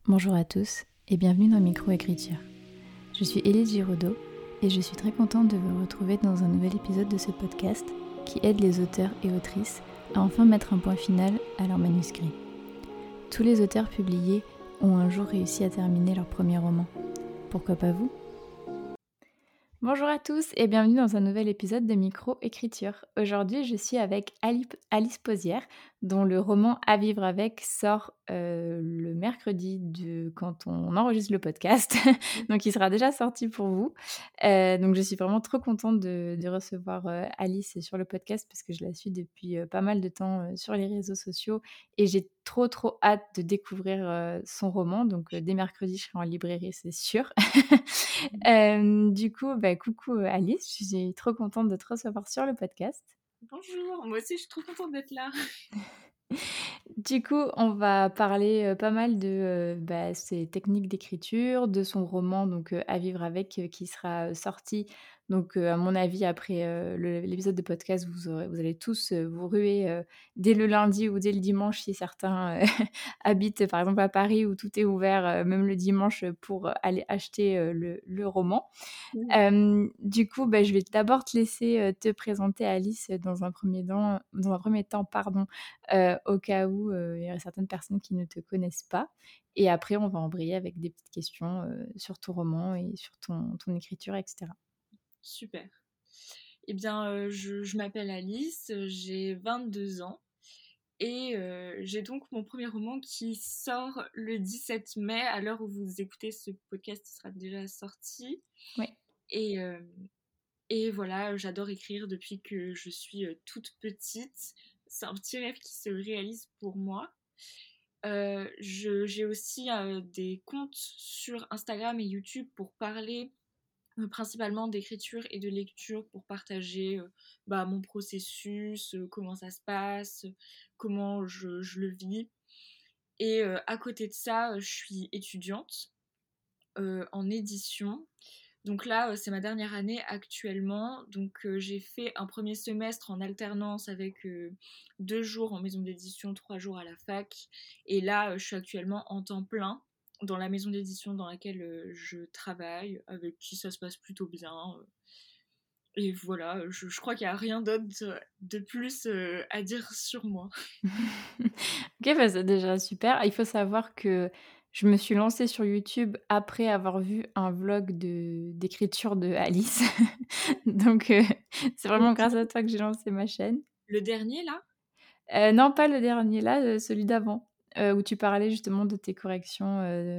Bonjour à tous et bienvenue dans Microécriture. Je suis Élise Giraudot et je suis très contente de vous retrouver dans un nouvel épisode de ce podcast qui aide les auteurs et autrices à enfin mettre un point final à leur manuscrit. Tous les auteurs publiés ont un jour réussi à terminer leur premier roman. Pourquoi pas vous ? Bonjour à tous et bienvenue dans un nouvel épisode de Microécriture. Aujourd'hui, je suis avec Alice Pauzière, dont le roman À vivre avec sort le mercredi quand on enregistre le podcast. Donc, il sera déjà sorti pour vous. Donc, je suis vraiment trop contente de recevoir Alice sur le podcast parce que je la suis depuis pas mal de temps sur les réseaux sociaux et j'ai trop hâte de découvrir son roman. Donc, dès mercredi, je serai en librairie, c'est sûr. Du coup, coucou Alice, je suis trop contente de te recevoir sur le podcast. Bonjour, moi aussi je suis trop contente d'être là. Du coup, on va parler pas mal de ses techniques d'écriture, de son roman donc À vivre avec qui sera sorti donc à mon avis après l'épisode de podcast, vous allez tous vous ruer dès le lundi ou dès le dimanche si certains habitent par exemple à Paris où tout est ouvert même le dimanche pour aller acheter le roman. Du coup, je vais d'abord te laisser te présenter Alice dans un premier temps, pardon, au cas où il y aurait certaines personnes qui ne te connaissent pas. Et après, on va embrayer avec des petites questions sur ton roman et sur ton écriture, etc. Super. Eh bien, je m'appelle Alice, j'ai 22 ans et j'ai donc mon premier roman qui sort le 17 mai. À l'heure où vous écoutez ce podcast, il sera déjà sorti. Oui. Et, euh, et voilà, j'adore écrire depuis que je suis toute petite. C'est un petit rêve qui se réalise pour moi. J'ai aussi des comptes sur Instagram et YouTube pour parler principalement d'écriture et de lecture pour partager mon processus, comment ça se passe, comment je le vis. Et à côté de ça, je suis étudiante en édition. Donc là, c'est ma dernière année actuellement. Donc j'ai fait un premier semestre en alternance avec 2 jours en maison d'édition, 3 jours à la fac. Et là, je suis actuellement en temps plein dans la maison d'édition dans laquelle je travaille, avec qui ça se passe plutôt bien. Et voilà, je crois qu'il n'y a rien d'autre de plus à dire sur moi. Ok, c'est déjà super. Il faut savoir que je me suis lancée sur YouTube après avoir vu un vlog d'écriture de Alice. Donc, c'est vraiment grâce à toi que j'ai lancé ma chaîne. Le dernier là. Non, pas le dernier là, celui d'avant, où tu parlais justement de tes corrections,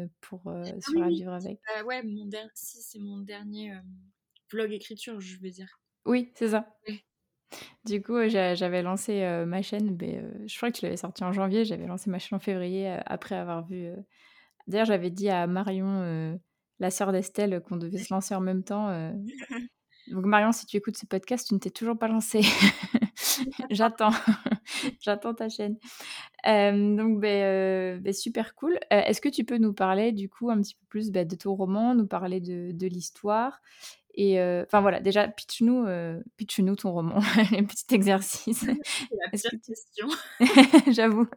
Ah sur oui, À oui. vivre avec. Ouais, si, c'est mon dernier vlog écriture, je veux dire. Oui, c'est ça. Ouais. Du coup, j'avais lancé, ma chaîne, je crois que tu l'avais sortie en janvier, j'avais lancé ma chaîne en février, après avoir vu, d'ailleurs, j'avais dit à Marion, la sœur d'Estelle, qu'on devait se lancer en même temps, donc Marion, si tu écoutes ce podcast, tu ne t'es toujours pas lancée. J'attends, j'attends ta chaîne. Donc super cool. Est-ce que tu peux nous parler du coup un petit peu plus, de ton roman, nous parler de l'histoire et enfin voilà, déjà pitch-nous ton roman, un petit exercice. C'est la Est-ce pire que tu question. j'avoue.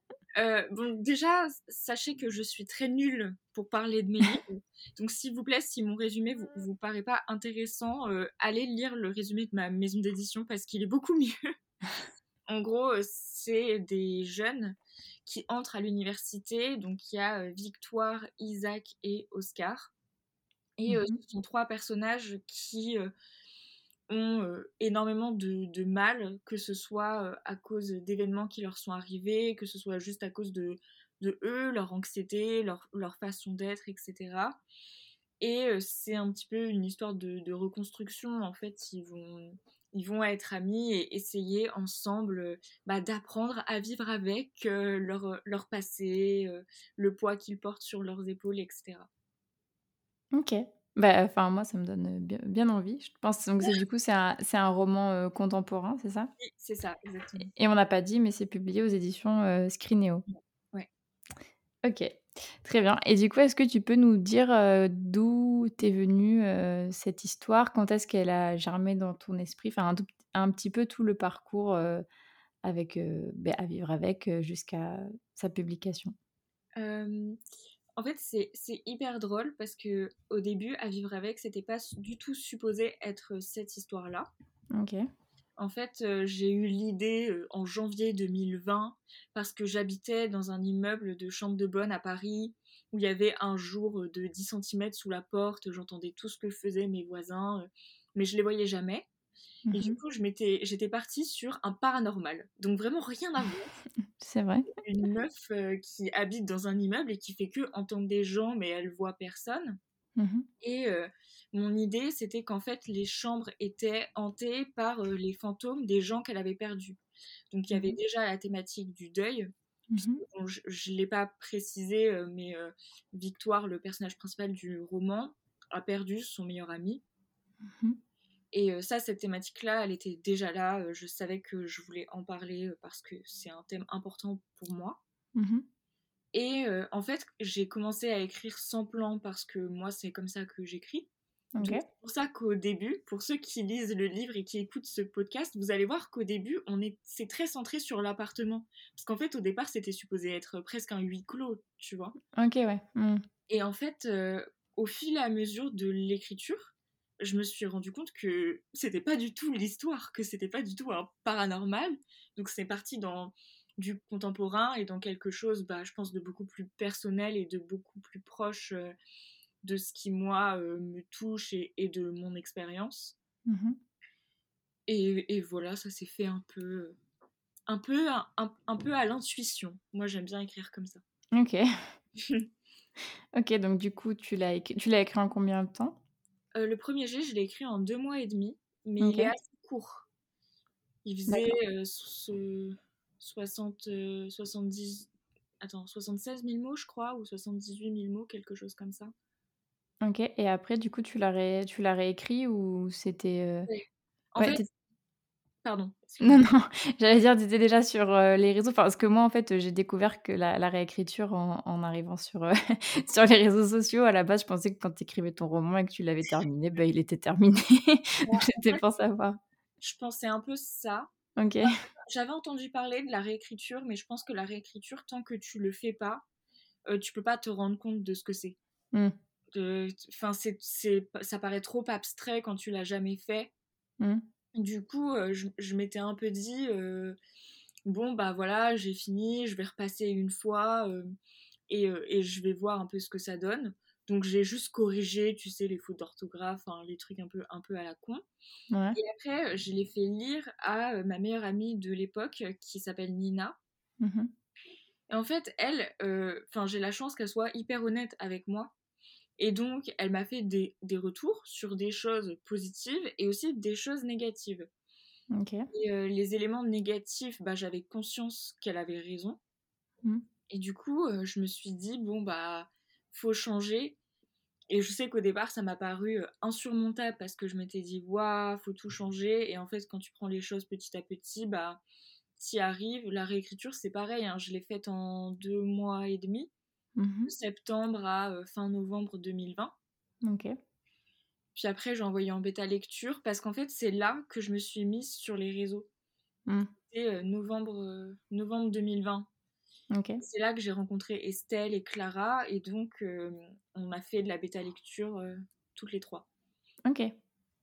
Bon, déjà, sachez que je suis très nulle pour parler de mes livres. Donc, s'il vous plaît, si mon résumé vous paraît pas intéressant, allez lire le résumé de ma maison d'édition parce qu'il est beaucoup mieux. En gros, c'est des jeunes qui entrent à l'université. Donc, il y a Victoire, Isaac et Oscar. Et Mmh. ce sont 3 personnages qui ont énormément de mal, que ce soit à cause d'événements qui leur sont arrivés, que ce soit juste à cause de eux, leur anxiété, leur façon d'être, etc. Et c'est un petit peu une histoire de reconstruction. En fait, ils vont être amis et essayer ensemble d'apprendre à vivre avec leur passé, le poids qu'ils portent sur leurs épaules, etc. OK. Enfin moi ça me donne, bien envie. Je pense donc c'est un roman, contemporain, c'est ça? Oui, c'est ça, exactement. Et on n'a pas dit, mais c'est publié aux éditions, Scrinéo. Ouais. OK, très bien et du coup, est-ce que tu peux nous dire, d'où t'es venue, cette histoire? Quand est-ce qu'elle a germé dans ton esprit? Enfin, un petit peu tout le parcours, avec, À vivre avec, jusqu'à sa publication. Euh, En fait, c'est hyper drôle parce que au début, À vivre avec, c'était pas du tout supposé être cette histoire-là. Ok. En fait, j'ai eu l'idée en janvier 2020 parce que j'habitais dans un immeuble de chambre de bonne à Paris où il y avait un jour de 10 centimètres sous la porte, j'entendais tout ce que faisaient mes voisins, mais je les voyais jamais. Et du Mhm. coup, j'étais partie sur un paranormal. Donc vraiment rien à voir. C'est vrai. Une meuf qui habite dans un immeuble et qui fait que entendre des gens, mais elle voit personne. Mhm. Et mon idée, c'était qu'en fait, les chambres étaient hantées par les fantômes des gens qu'elle avait perdus. Donc il y avait Mhm. déjà la thématique du deuil. Mhm. Bon, je ne l'ai pas précisé, mais Victoire, le personnage principal du roman, a perdu son meilleur ami. Mhm. Et ça, cette thématique-là, elle était déjà là. Je savais que je voulais en parler parce que c'est un thème important pour moi. Mhm. Et en fait, j'ai commencé à écrire sans plan parce que moi, c'est comme ça que j'écris. Donc, Ok. c'est pour ça qu'au début, pour ceux qui lisent le livre et qui écoutent ce podcast, vous allez voir qu'au début, c'est très centré sur l'appartement. Parce qu'en fait, au départ, c'était supposé être presque un huis clos, tu vois. Ok, ouais. Mhm. Et en fait, au fil et à mesure de l'écriture, je me suis rendu compte que c'était pas du tout l'histoire, que c'était pas du tout un paranormal. Donc c'est parti dans du contemporain et dans quelque chose, bah, je pense, de beaucoup plus personnel et de beaucoup plus proche de ce qui, moi, me touche et de mon expérience. Mhm. Et voilà, ça s'est fait un peu à l'intuition. Moi, j'aime bien écrire comme ça. Ok. Ok, donc du coup, tu l'as écrit en combien de temps? Le premier jet, je l'ai écrit en 2 mois et demi, mais il est Ok. assez court. Il faisait D'accord. 60, 70, attends, 76 000 mots, je crois, ou 78 000 mots, quelque chose comme ça. Ok. Et après, du coup, tu l'as réécrit ou c'était... Ouais. En Ouais, fait, pardon, non, excuse-moi. non, j'allais dire, tu étais déjà sur, les réseaux, enfin, parce que moi, en fait, j'ai découvert que la réécriture en arrivant sur, sur les réseaux sociaux. À la base, je pensais que quand tu écrivais ton roman et que tu l'avais terminé, bah, il était terminé. Donc En c'était fait, pour savoir. je pensais un peu ça. OK. J'avais entendu parler de la réécriture, mais je pense que la réécriture, tant que tu le fais pas, tu peux pas te rendre compte de ce que c'est. Mmh. Enfin, ça paraît trop abstrait quand tu l'as jamais fait. Mmh. Du coup, je m'étais un peu dit, bon, bah voilà, j'ai fini, je vais repasser une fois et je vais voir un peu ce que ça donne. Donc j'ai juste corrigé, tu sais, les fautes d'orthographe, hein, les trucs un peu à la con. Ouais. Et après, je l'ai fait lire à ma meilleure amie de l'époque qui s'appelle Nina. Mmh mh. Et en fait, elle, enfin, j'ai la chance qu'elle soit hyper honnête avec moi. Et donc, elle m'a fait des retours sur des choses positives et aussi des choses négatives. OK. Et les éléments négatifs, bah, j'avais conscience qu'elle avait raison. Mmh. Et du coup, je me suis dit, bon, bah, faut changer. Et je sais qu'au départ, ça m'a paru insurmontable parce que je m'étais dit, waouh, faut tout changer. Et en fait, quand tu prends les choses petit à petit, bah, t'y arrives. La réécriture, c'est pareil, hein, je l'ai faite en 2 mois et demi, Mmh de septembre à fin novembre 2020. mh. OK. Puis après, j'ai envoyé en bêta lecture parce qu'en fait, c'est là que je me suis mise sur les réseaux. Mmh. C'était novembre 2020. OK. C'est là que j'ai rencontré Estelle et Clara et donc on a fait de la bêta lecture toutes les trois. OK.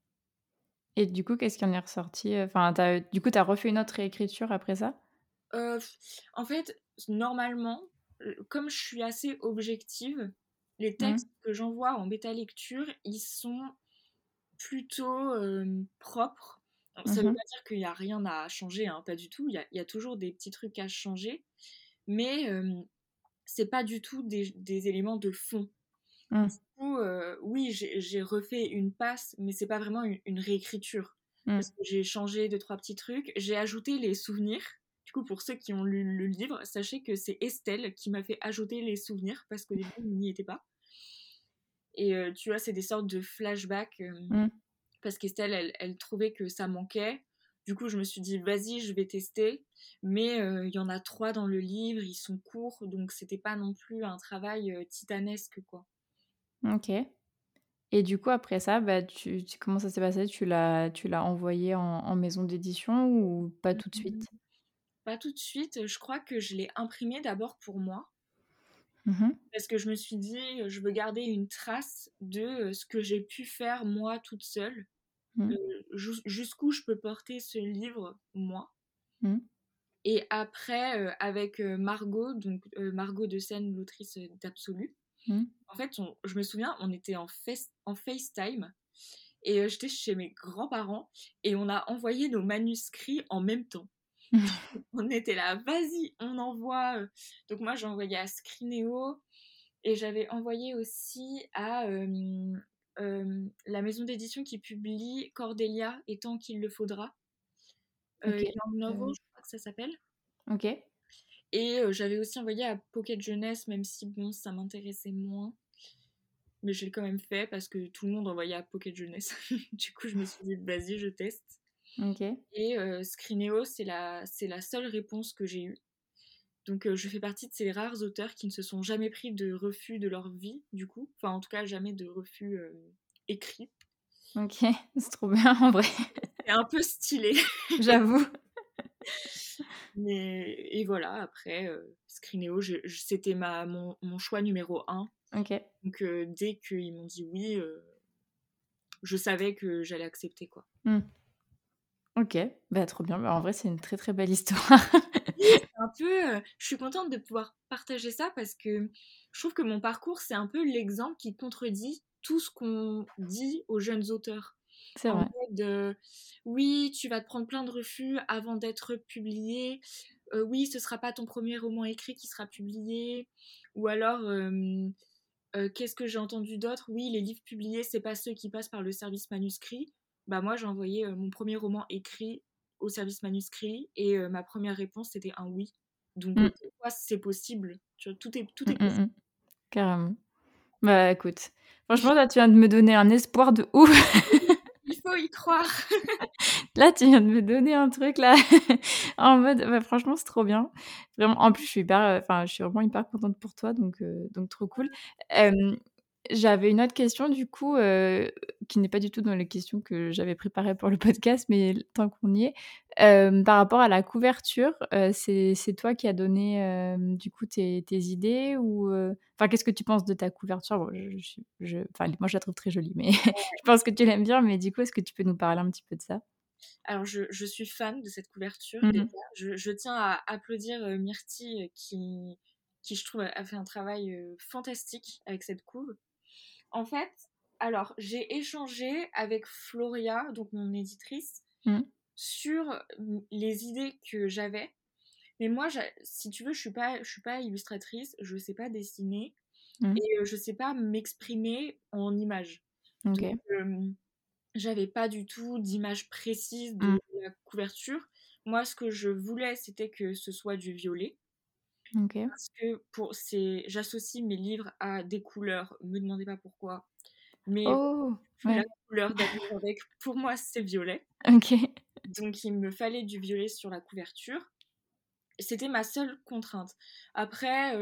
Et du coup, qu'est-ce qui en est ressorti? Enfin, tu as refait une autre réécriture après ça? Euh, En fait, normalement, comme je suis assez objective, les Mmh. textes que j'envoie en bêta lecture, ils sont plutôt propres. Mmh Ça veut mh. pas dire qu'il n'y a rien à changer, hein, pas du tout. Il y a toujours des petits trucs à changer, mais c'est pas du tout des éléments de fond. Mmh. Du coup, oui, j'ai refait une passe, mais c'est pas vraiment une réécriture. Mmh. Parce que j'ai changé deux, trois petits trucs. J'ai ajouté les souvenirs. Du coup, pour ceux qui ont lu le livre, sachez que c'est Estelle qui m'a fait ajouter les souvenirs parce qu'au début, il n'y était pas. Et tu vois, c'est des sortes de flashbacks Mmh. parce qu'Estelle, elle trouvait que ça manquait. Du coup, je me suis dit, vas-y, je vais tester. Mais il y en a trois dans le livre, ils sont courts, donc c'était pas non plus un travail titanesque, quoi. OK. Et du coup, après ça, bah, comment ça s'est passé? Tu l'as envoyé en maison d'édition ou pas tout de Mmh. suite? Pas tout de suite, je crois que je l'ai imprimé d'abord pour moi Mhm. Parce que je me suis dit, je veux garder une trace de ce que j'ai pu faire moi toute seule, Mhm. jusqu'où je peux porter ce livre moi. Mhm. Et après, avec Margot, donc Margot de Seine, l'autrice d'Absolu, Mhm. en fait, je me souviens, on était en FaceTime et j'étais chez mes grands-parents et on a envoyé nos manuscrits en même temps. On était là, vas-y, on envoie. Donc moi, j'ai envoyé à Scrinéo et j'avais envoyé aussi à la maison d'édition qui publie Cordelia et Tant qu'il le faudra. Ok. Young Novel, je crois que ça s'appelle. Ok. Et j'avais aussi envoyé à Pocket Jeunesse, même si bon, ça m'intéressait moins. Mais je l'ai quand même fait parce que tout le monde envoyait à Pocket Jeunesse. Du coup, je me suis dit, vas-y, je teste. Ok. Et Scrinéo, c'est la seule réponse que j'ai eue. Donc je fais partie de ces rares auteurs qui ne se sont jamais pris de refus de leur vie, du coup. Enfin, en tout cas, jamais de refus écrit. Ok. C'est trop bien en vrai. C'est un peu stylé. J'avoue. Et voilà, après, Scrinéo, c'était mon choix numéro un. Ok. Donc dès qu'ils m'ont dit oui, je savais que j'allais accepter, quoi. Hmm. Ok. Bah trop bien. Bah, en vrai, c'est une très très belle histoire. Oui, c'est un peu, je suis contente de pouvoir partager ça parce que je trouve que mon parcours, c'est un peu l'exemple qui contredit tout ce qu'on dit aux jeunes auteurs. C'est En vrai. mode, oui, tu vas te prendre plein de refus avant d'être publié. Oui, ce sera pas ton premier roman écrit qui sera publié. Ou alors, qu'est-ce que j'ai entendu d'autre? Oui, les livres publiés, c'est pas ceux qui passent par le service manuscrit. Bah moi, j'ai envoyé mon premier roman écrit au service manuscrit et ma première réponse c'était un oui. Donc Hmm. pourquoi c'est possible? Tu vois, tout Hmm, est hmm, possible. hmm. Carrément. Bah écoute, franchement, là, tu viens de me donner un espoir de ouf. Il faut y croire. Là, tu viens de me donner un truc là, en mode, bah, franchement, c'est trop bien. Vraiment, en plus, je suis hyper, enfin, je suis vraiment hyper contente pour toi, donc trop cool. Hem, J'avais une autre question du coup, qui n'est pas du tout dans les questions que j'avais préparées pour le podcast, mais tant qu'on y est, par rapport à la couverture, c'est toi qui as donné, du coup tes idées ou, enfin, qu'est-ce que tu penses de ta couverture? Bon, enfin, moi, je la trouve très jolie, mais je pense que tu l'aimes bien, mais du coup, est-ce que tu peux nous parler un petit peu de ça? Alors je suis fan de cette couverture déjà. Mmh. Je tiens à applaudir Myrtille qui je trouve a fait un travail fantastique avec cette couve. En fait, alors j'ai échangé avec Floria, donc mon éditrice, Mmh. sur les idées que j'avais. Mais moi, si tu veux, je suis pas illustratrice, je sais pas dessiner Mmh. et je sais pas m'exprimer en images. Donc, OK. j'avais pas du tout d'image précise de Mmh. la couverture. Moi, ce que je voulais, c'était que ce soit du violet. OK. Parce que j'associe mes livres à des couleurs, me demandez pas pourquoi. Mais Oh! plus la Ouais. couleur d'amour avec, pour moi, c'est violet. OK. Donc, il me fallait du violet sur la couverture. C'était ma seule contrainte. Après,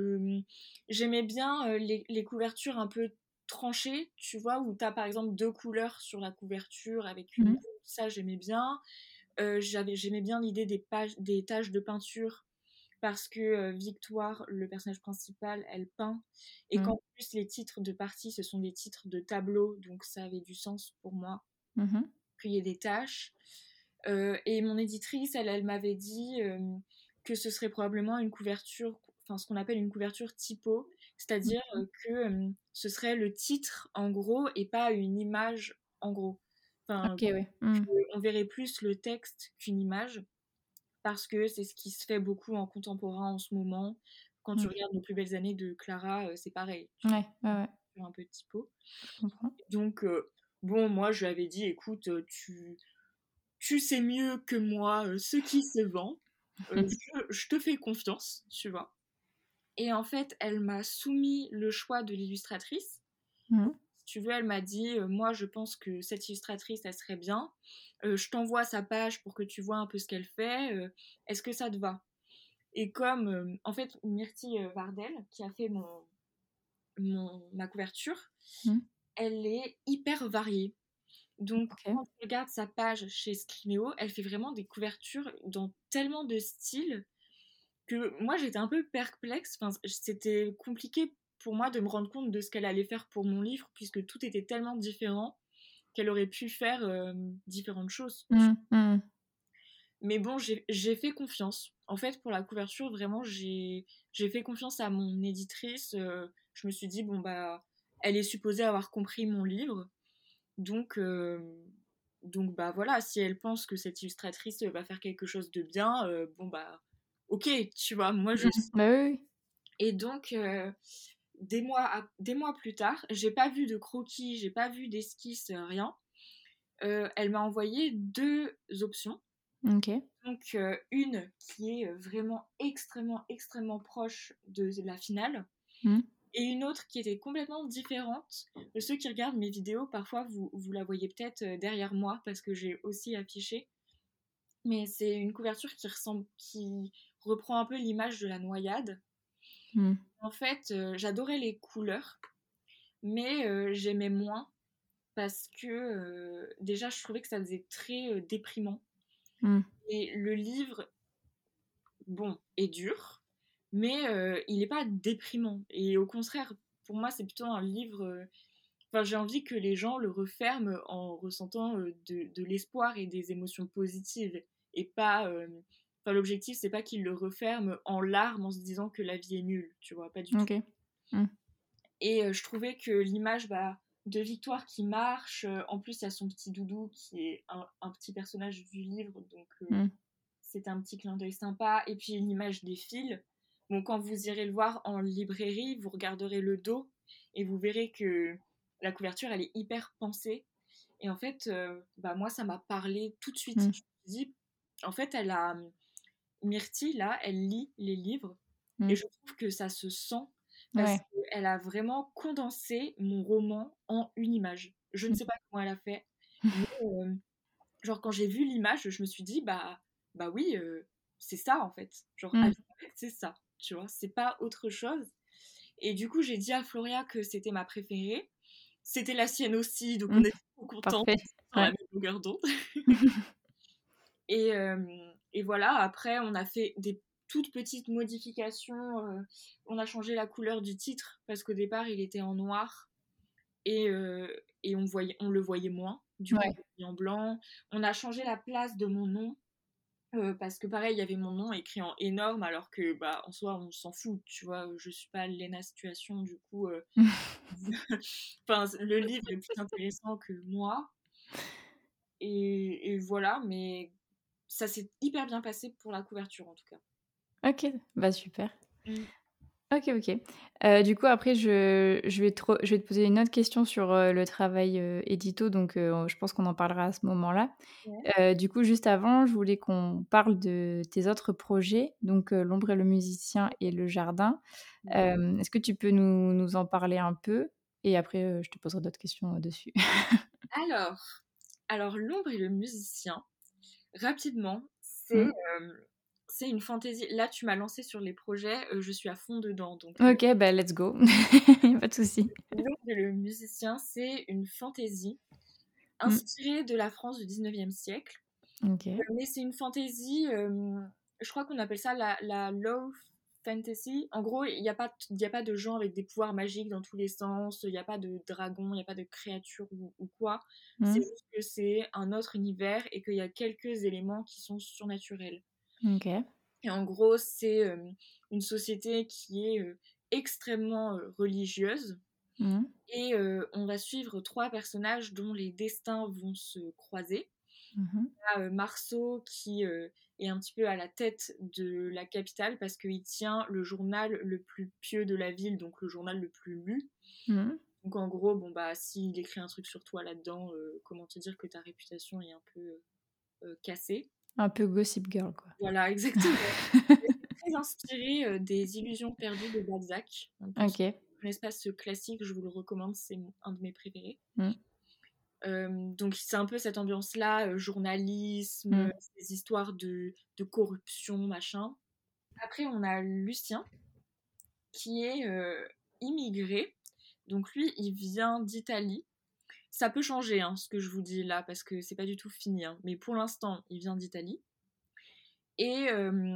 j'aimais bien les couvertures un peu tranchées, tu vois, où tu as par exemple deux couleurs sur la couverture avec une Mmh. coupe, ça j'aimais bien. J'aimais bien l'idée des taches de peinture parce que Victoire, le personnage principal, elle peint et Mmh. qu'en plus les titres de partie ce sont des titres de tableaux, donc ça avait du sens pour moi Mmh mh. qu'il y ait des tâches. Et mon éditrice, elle m'avait dit que ce serait probablement une couverture, enfin ce qu'on appelle une couverture typo, c'est-à-dire OK. que ce serait le titre en gros et pas une image en gros. Enfin, OK, ouais. Mmh. on verrait plus le texte qu'une image, parce que c'est ce qui se fait beaucoup en contemporain en ce moment. Quand tu Mmh. regardes Nos plus belles années de Clara, c'est pareil, tu Ouais, ouais, ouais, fais un peu de typo. je comprends. Donc, bon, moi je lui avais dit, écoute, tu sais mieux que moi ce qui se vend. Je te fais confiance, tu vois. Et en fait, elle m'a soumis le choix de l'illustratrice. Mmh. Donc, si tu veux, elle m'a dit, moi, je pense que cette illustratrice, elle serait bien. Je t'envoie sa page pour que tu vois un peu ce qu'elle fait. Est-ce que ça te va? Et comme, en fait, Myrtille Vardel, qui a fait ma couverture, Mmh. elle est hyper variée. Donc, OK. quand tu regardes sa page chez Scrinéo, elle fait vraiment des couvertures dans tellement de styles que moi j'étais un peu perplexe. Enfin, c'était compliqué pour moi de me rendre compte de ce qu'elle allait faire pour mon livre, puisque tout était tellement différent qu'elle aurait pu faire différentes choses. Mais bon, j'ai fait confiance. En fait, pour la couverture, vraiment, j'ai fait confiance à mon éditrice. Je me suis dit, bon, bah, elle est supposée avoir compris mon livre. Donc, bah voilà, si elle pense que cette illustratrice va faire quelque chose de bien, bon, bah, ok, tu vois, moi je. Bah oui, oui. Et donc, des mois plus tard, j'ai pas vu de croquis, j'ai pas vu d'esquisse, rien. Elle m'a envoyé deux options. Ok. Donc, une qui est vraiment extrêmement, extrêmement proche de la finale, Mm. et une autre qui était complètement différente. Ceux qui regardent mes vidéos, parfois, vous la voyez peut-être derrière moi, parce que j'ai aussi affiché. Mais c'est une couverture qui reprend un peu l'image de la noyade. Mm. En fait, j'adorais les couleurs, mais j'aimais moins parce que déjà, je trouvais que ça faisait très déprimant. Mm. Et le livre, bon, est dur, mais il n'est pas déprimant. Et au contraire, pour moi, c'est plutôt un livre. Enfin, j'ai envie que les gens le referment en ressentant de l'espoir et des émotions positives. Et pas. Enfin, l'objectif, c'est pas qu'ils le referment en larmes en se disant que la vie est nulle, tu vois, pas du tout. Ok. Mm. Et je trouvais que l'image bah, de Victoire qui marche, en plus, il y a son petit doudou qui est un petit personnage du livre, donc Mm. c'est un petit clin d'œil sympa. Et puis une image des fils. Bon, quand vous irez le voir en librairie, vous regarderez le dos et vous verrez que la couverture, elle est hyper pensée. Et en fait, bah, moi, ça m'a parlé tout de suite. Mm. Je me suis dit, en fait, elle a. Myrtille, là, elle lit les livres et Mm. je trouve que ça se sent parce Ouais. qu'elle a vraiment condensé mon roman en une image. Je ne sais pas comment elle a fait, mais genre quand j'ai vu l'image, je me suis dit bah oui, c'est ça en fait. Genre Mm. Alphabet, c'est ça, tu vois, c'est pas autre chose. Et du coup, j'ai dit à Floria que c'était ma préférée. C'était la sienne aussi, donc on Mm. était trop contents Parfait. sur la Ouais. même longueur d'onde. Et, et voilà, après, on a fait des toutes petites modifications. On a changé la couleur du titre parce qu'au départ, il était en noir et on le voyait moins. Du coup, on Ouais. l'a mis en blanc. On a changé la place de mon nom parce que pareil, il y avait mon nom écrit en énorme alors que bah en soi, on s'en fout, tu vois. Je suis pas Lena Situation, du coup, enfin, le livre est plus intéressant que moi. Et voilà, mais ça s'est hyper bien passé pour la couverture en tout cas. Ok, bah super. Mm. Ok, ok. Du coup, après, je vais te poser une autre question sur le travail édito, donc je pense qu'on en parlera à ce moment-là. Ouais. Du coup, juste avant, je voulais qu'on parle de tes autres projets, donc L'ombre et le musicien et Le jardin. Est-ce que tu peux nous en parler un peu? Et après, je te poserai d'autres questions dessus. Alors, L'ombre et le musicien, rapidement, Mmh. c'est une fantaisie. Là, tu m'as lancé sur les projets, je suis à fond dedans. Donc, Ok, bah let's go. Y a pas de souci. L'ombre et le musicien, c'est une fantaisie Mmh. inspirée de la France du 19e siècle. Ok. Mais c'est une fantaisie, je crois qu'on appelle ça la low fantasy. En gros, il y a pas de gens avec des pouvoirs magiques dans tous les sens, il n'y a pas de dragons, il n'y a pas de créatures ou quoi. C'est Mmh. juste que c'est un autre univers et qu'il y a quelques éléments qui sont surnaturels. Ok. Et en gros, c'est une société qui est extrêmement religieuse. Mmh. Et on va suivre trois personnages dont les destins vont se croiser. Mmh. Marceau qui est un petit peu à la tête de la capitale parce qu'il tient le journal le plus pieux de la ville, donc le journal le plus lu. Mmh. Donc en gros, bon bah s'il écrit un truc sur toi là-dedans, comment te dire que ta réputation est un peu cassée. Un peu Gossip Girl, quoi. Voilà, exactement. C'est très inspiré des Illusions perdues de Balzac. Pour ceux qui Ok. ne connaissent pas ce classique, je vous le recommande, c'est un de mes préférés. Mmh. Donc c'est un peu cette ambiance-là, journalisme, Mmh. ces histoires de corruption, machin. Après, on a Lucien, qui est immigré. Donc lui, il vient d'Italie. Ça peut changer, hein, ce que je vous dis là, parce que c'est pas du tout fini. Hein. Mais pour l'instant, il vient d'Italie. Et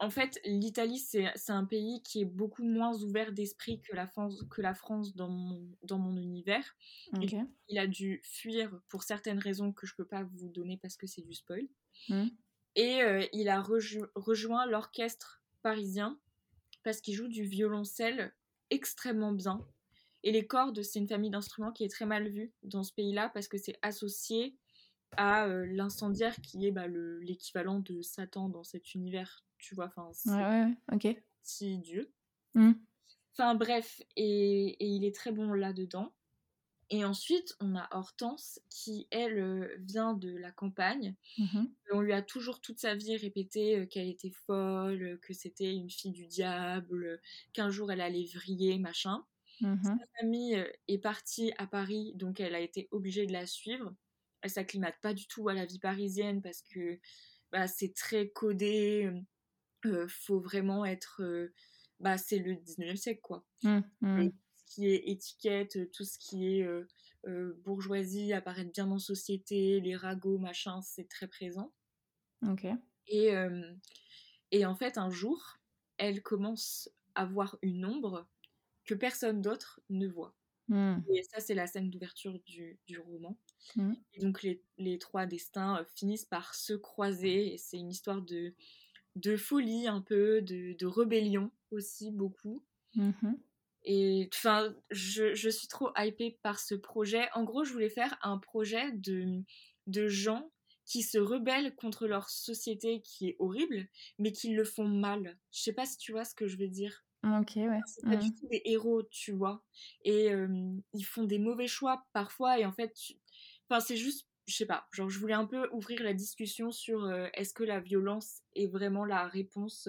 en fait, l'Italie, c'est un pays qui est beaucoup moins ouvert d'esprit que la France dans mon univers. Et Ok. il a dû fuir pour certaines raisons que je peux pas vous donner parce que c'est du spoil. Mm. Et il a rejoint l'orchestre parisien parce qu'il joue du violoncelle extrêmement bien. Et les cordes, c'est une famille d'instruments qui est très mal vue dans ce pays-là parce que c'est associé à l'incendiaire qui est l'équivalent de Satan dans cet univers, tu vois, enfin, Ouais, c'est ouais, ouais. Ok. petit Dieu. Mm. Enfin bref, et il est très bon là-dedans. Et ensuite, on a Hortense qui, elle, vient de la campagne. Mhm. On lui a toujours toute sa vie répété qu'elle était folle, que c'était une fille du diable, qu'un jour elle allait vriller, machin. Mhm. Sa famille est partie à Paris, donc elle a été obligée de la suivre. Elle s'acclimate pas du tout à la vie parisienne parce que bah, c'est très codé, faut vraiment être... c'est le 19e siècle, quoi. Mm. Tout Mm. ce qui est étiquette, tout ce qui est bourgeoisie, apparaître bien en société, les ragots, machin, c'est très présent. Ok. Et, euh, et en fait, un jour, elle commence à voir une ombre que personne d'autre ne voit. Mm. Et ça, c'est la scène d'ouverture du roman. Mm. Et donc, les trois destins finissent par se croiser. Et c'est une histoire de folie, un peu, de rébellion aussi, beaucoup. Mhm. Et enfin, je suis trop hypée par ce projet. En gros, je voulais faire un projet de gens qui se rebellent contre leur société qui est horrible, mais qui le font mal. Je sais pas si tu vois ce que je veux dire. Ok, ouais. C'est pas du Mm. tout des héros, tu vois. Et ils font des mauvais choix parfois, et en fait, enfin, c'est juste, je sais pas, genre, je voulais un peu ouvrir la discussion sur est-ce que la violence est vraiment la réponse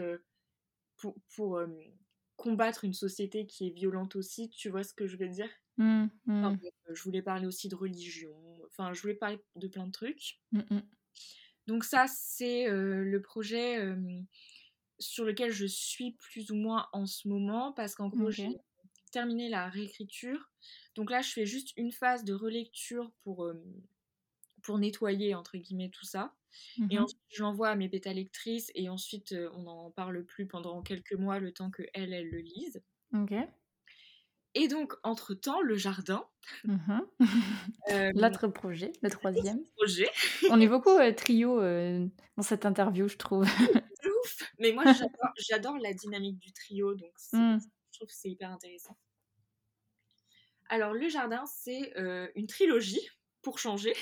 pour combattre une société qui est violente aussi, tu vois ce que je veux dire. Mm. Enfin, Mm. bref, je voulais parler aussi de religion, enfin, je voulais parler de plein de trucs. Mm. Mm. Donc ça, c'est le projet sur lequel je suis plus ou moins en ce moment, parce qu'en gros, j'ai Ok. terminé la réécriture. Donc là, je fais juste une phase de relecture pour nettoyer, entre guillemets, tout ça. Et Mhm. ensuite, je l'envoie à mes bêta-lectrices, et ensuite, on n'en parle plus pendant quelques mois, le temps que elles le lisent. Ok. Et donc, entre-temps, le jardin, Mhm. euh, L'autre projet, le autre troisième. projet, On est beaucoup trio dans cette interview, je trouve. de ouf. Mais moi, j'adore la dynamique du trio, donc Mm. je trouve que c'est hyper intéressant. Alors, le jardin, c'est une trilogie, pour changer.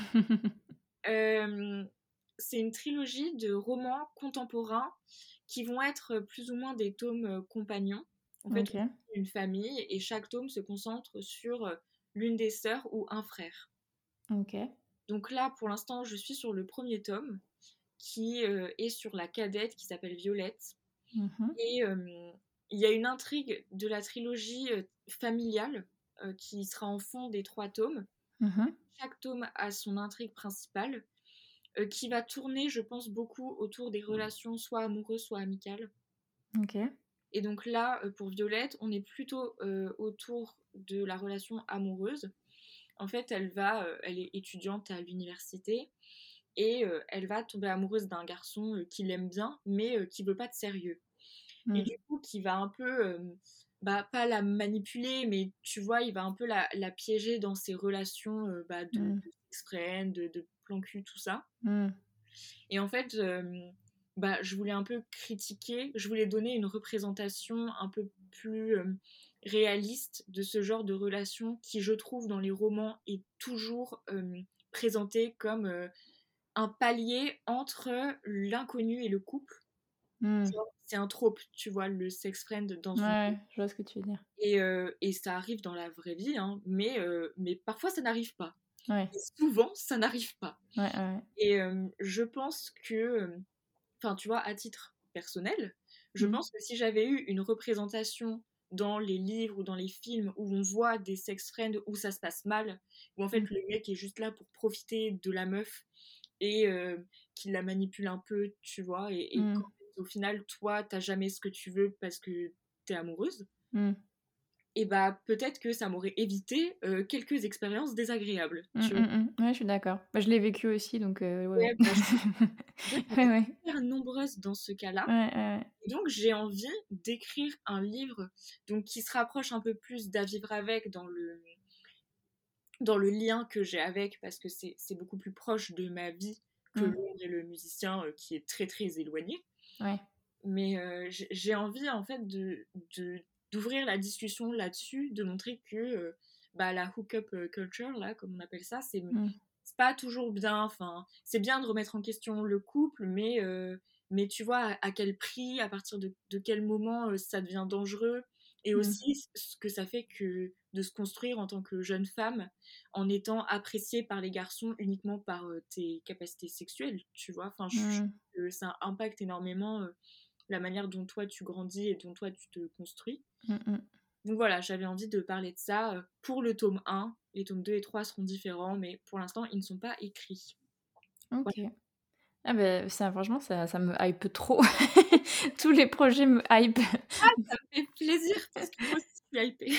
Euh, c'est une trilogie de romans contemporains qui vont être plus ou moins des tomes compagnons. En fait, Ok. on suit une famille et chaque tome se concentre sur l'une des sœurs ou un frère. Ok. Donc là, pour l'instant, je suis sur le premier tome qui est sur la cadette qui s'appelle Violette. Mhm. Et il y a une intrigue de la trilogie familiale qui sera en fond des trois tomes. Mhm. Chaque tome a son intrigue principale qui va tourner, je pense, beaucoup autour des relations soit amoureuses, soit amicales. Ok. Et donc là, pour Violette, on est plutôt autour de la relation amoureuse. En fait, elle est étudiante à l'université et elle va tomber amoureuse d'un garçon qui l'aime bien, mais qui veut pas de sérieux. Et Mm. du coup, qui va un peu, pas la manipuler, mais tu vois, il va un peu la piéger dans ses relations Mm. de sex-friend, de plan cul, tout ça. Mm. Et en fait, je voulais un peu critiquer, je voulais donner une représentation un peu plus réaliste de ce genre de relation qui, je trouve, dans les romans, est toujours présenté comme un palier entre l'inconnu et le couple. Mm. Genre, c'est un trope, tu vois, le sex friend dans une... Ouais, je vois ce que tu veux dire. Et ça arrive dans la vraie vie, hein, mais parfois ça n'arrive pas. Ouais. Et souvent, ça n'arrive pas. Ouais, ouais. Et je pense que, enfin, tu vois, à titre personnel, je Mm. pense que si j'avais eu une représentation dans les livres ou dans les films où on voit des sex friends où ça se passe mal, où en fait Mm. le mec est juste là pour profiter de la meuf et qu'il la manipule un peu, tu vois, et Mm. qu'au final, toi, t'as jamais ce que tu veux parce que t'es amoureuse, Mm. et bah, peut-être que ça m'aurait évité, quelques expériences désagréables, tu vois? Ouais, je suis d'accord. Bah, je l'ai vécu aussi donc ouais, ouais. Ouais, bah, en fait, Ouais, j'étais ouais. hyper nombreuse dans ce cas-là Ouais, ouais, et donc j'ai envie d'écrire un livre, donc qui se rapproche un peu plus d'À vivre avec dans le lien que j'ai avec parce que c'est beaucoup plus proche de ma vie que ouais. l'ombre et le musicien, qui est très, très éloigné. Ouais. Mais j'ai envie en fait de d'ouvrir la discussion là-dessus, de montrer que bah, la hookup culture, là, comme on appelle ça, Mmh. c'est pas toujours bien. Enfin, c'est bien de remettre en question le couple, mais tu vois à quel prix, à partir de quel moment ça devient dangereux, et Mmh. aussi ce que ça fait que de se construire en tant que jeune femme en étant appréciée par les garçons uniquement par tes capacités sexuelles, tu vois. Enfin, je trouve Mmh. que ça impacte énormément la manière dont toi tu grandis et dont toi tu te construis. Mmh mh. Donc voilà, j'avais envie de parler de ça pour le tome 1. Les tomes 2 et 3 seront différents, mais pour l'instant, ils ne sont pas écrits. OK. Voilà, Ah beh, ça franchement ça me hype trop. Tous les projets me hype. ça me fait plaisir parce que moi aussi je suis hypée.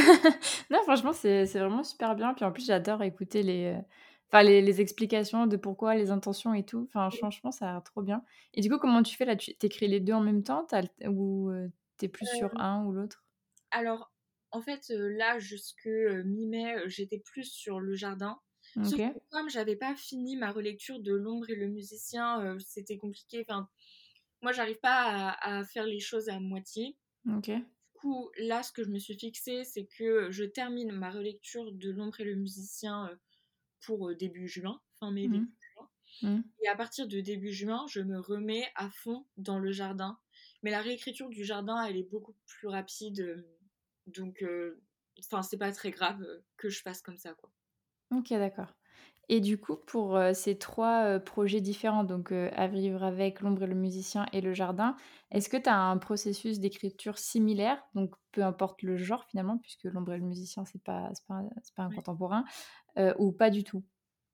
Non, franchement, c'est vraiment super bien. Puis en plus, j'adore écouter enfin les explications de pourquoi, les intentions et tout. Enfin, franchement, ça a l'air trop bien. Et du coup, comment tu fais là? Tu écris les 2 en même temps? Ou tu plus sur un ou l'autre? Alors, en fait, là, jusque mi-mai, j'étais plus sur le jardin. Sauf OK. que comme j'avais pas fini ma relecture de L'ombre et le musicien, c'était compliqué. Enfin, moi, j'arrive pas à faire les choses à moitié. OK. Du coup, là, ce que je me suis fixé, c'est que je termine ma relecture de L'ombre et le musicien pour début juin, fin mai, Mmh. début juin. Mmh. Et à partir de début juin, je me remets à fond dans le jardin. Mais la réécriture du jardin, elle est beaucoup plus rapide. Donc, enfin, c'est pas très grave que je fasse comme ça, quoi. OK, d'accord. Et du coup, pour, ces 3 projets différents, donc, À vivre avec, L'ombre et le musicien et Le jardin, est-ce que tu as un processus d'écriture similaire? Donc peu importe le genre finalement, puisque L'ombre et le musicien, c'est pas un Ouais. contemporain, ou pas du tout?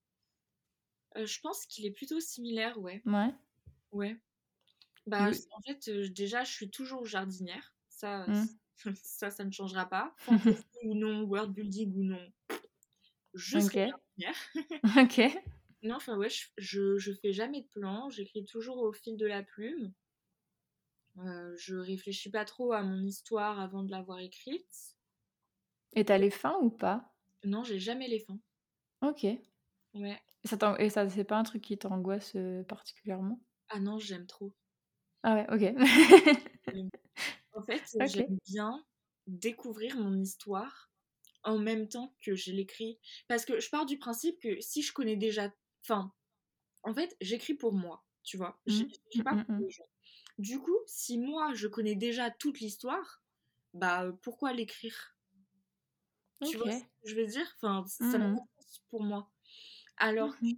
Je pense qu'il est plutôt similaire, ouais. Ouais. Ouais. Bah, Du en fait, déjà, je suis toujours jardinière. Ça, mmh. ça ne changera pas. Fantasy ou non, world building ou non, je serai OK. jardinière. OK. Non, enfin, ouais, je fais jamais de plan. J'écris toujours au fil de la plume. Je réfléchis pas trop à mon histoire avant de l'avoir écrite. Et tu as les fins ou pas? Non, j'ai jamais les fins. OK. Ouais. Et ça, c'est pas un truc qui t'angoisse, particulièrement? Ah non, j'aime trop. Ah ouais, OK. J'aime En fait, OK. j'aime bien découvrir mon histoire en même temps que je l'écris. Parce que je pars du principe que si je connais déjà... Enfin, en fait, j'écris pour moi, tu vois. Mmh. J'écris pas Mmh pour mh. les gens. Du coup, si moi, je connais déjà toute l'histoire, bah, pourquoi l'écrire? Tu vois ce OK. que je veux dire? Enfin, ça n'a Mmh pas mh. de sens pour moi. Alors Mmh.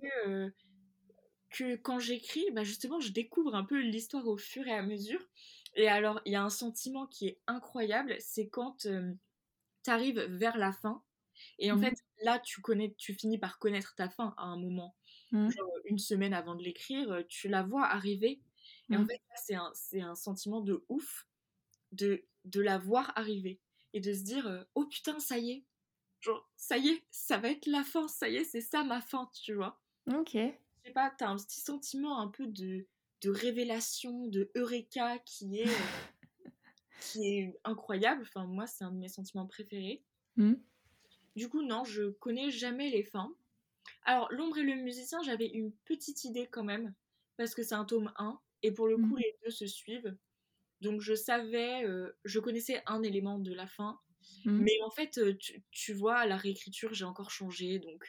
que quand j'écris, bah justement, je découvre un peu l'histoire au fur et à mesure. Et alors, il y a un sentiment qui est incroyable, c'est quand tu arrives vers la fin. Et en Mmh. fait, là, tu finis par connaître ta fin à un moment. Mmh. Genre, une semaine avant de l'écrire, tu la vois arriver. Et en Mmh. fait, là, c'est un sentiment de ouf de la voir arriver. Et de se dire, oh putain, ça y est. Genre, ça y est, ça va être la fin, ça y est, c'est ça ma fin, tu vois. OK. Je sais pas, t'as un petit sentiment un peu de révélation, de eureka qui est incroyable. Enfin, moi, c'est un de mes sentiments préférés. Mmh. Du coup, non, je connais jamais les fins. Alors, L'ombre et le musicien, j'avais une petite idée quand même, parce que c'est un tome 1, et pour le Mmh. coup, les deux se suivent. Donc, je connaissais un élément de la fin, Mmh. mais en fait, tu vois, à la réécriture, j'ai encore changé, donc,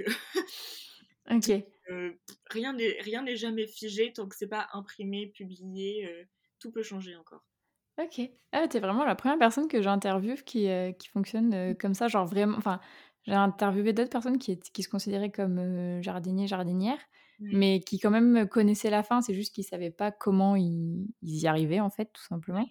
OK. rien n'est jamais figé tant que c'est pas imprimé, publié, tout peut changer encore. OK. Ah, tu es vraiment la première personne que j'interviewe qui fonctionne, comme ça, genre vraiment enfin, j'ai interviewé d'autres personnes qui se considéraient comme, jardiniers, jardinières, Ouais, mais qui quand même connaissaient la fin, c'est juste qu'ils savaient pas comment ils y arrivaient, en fait, tout simplement.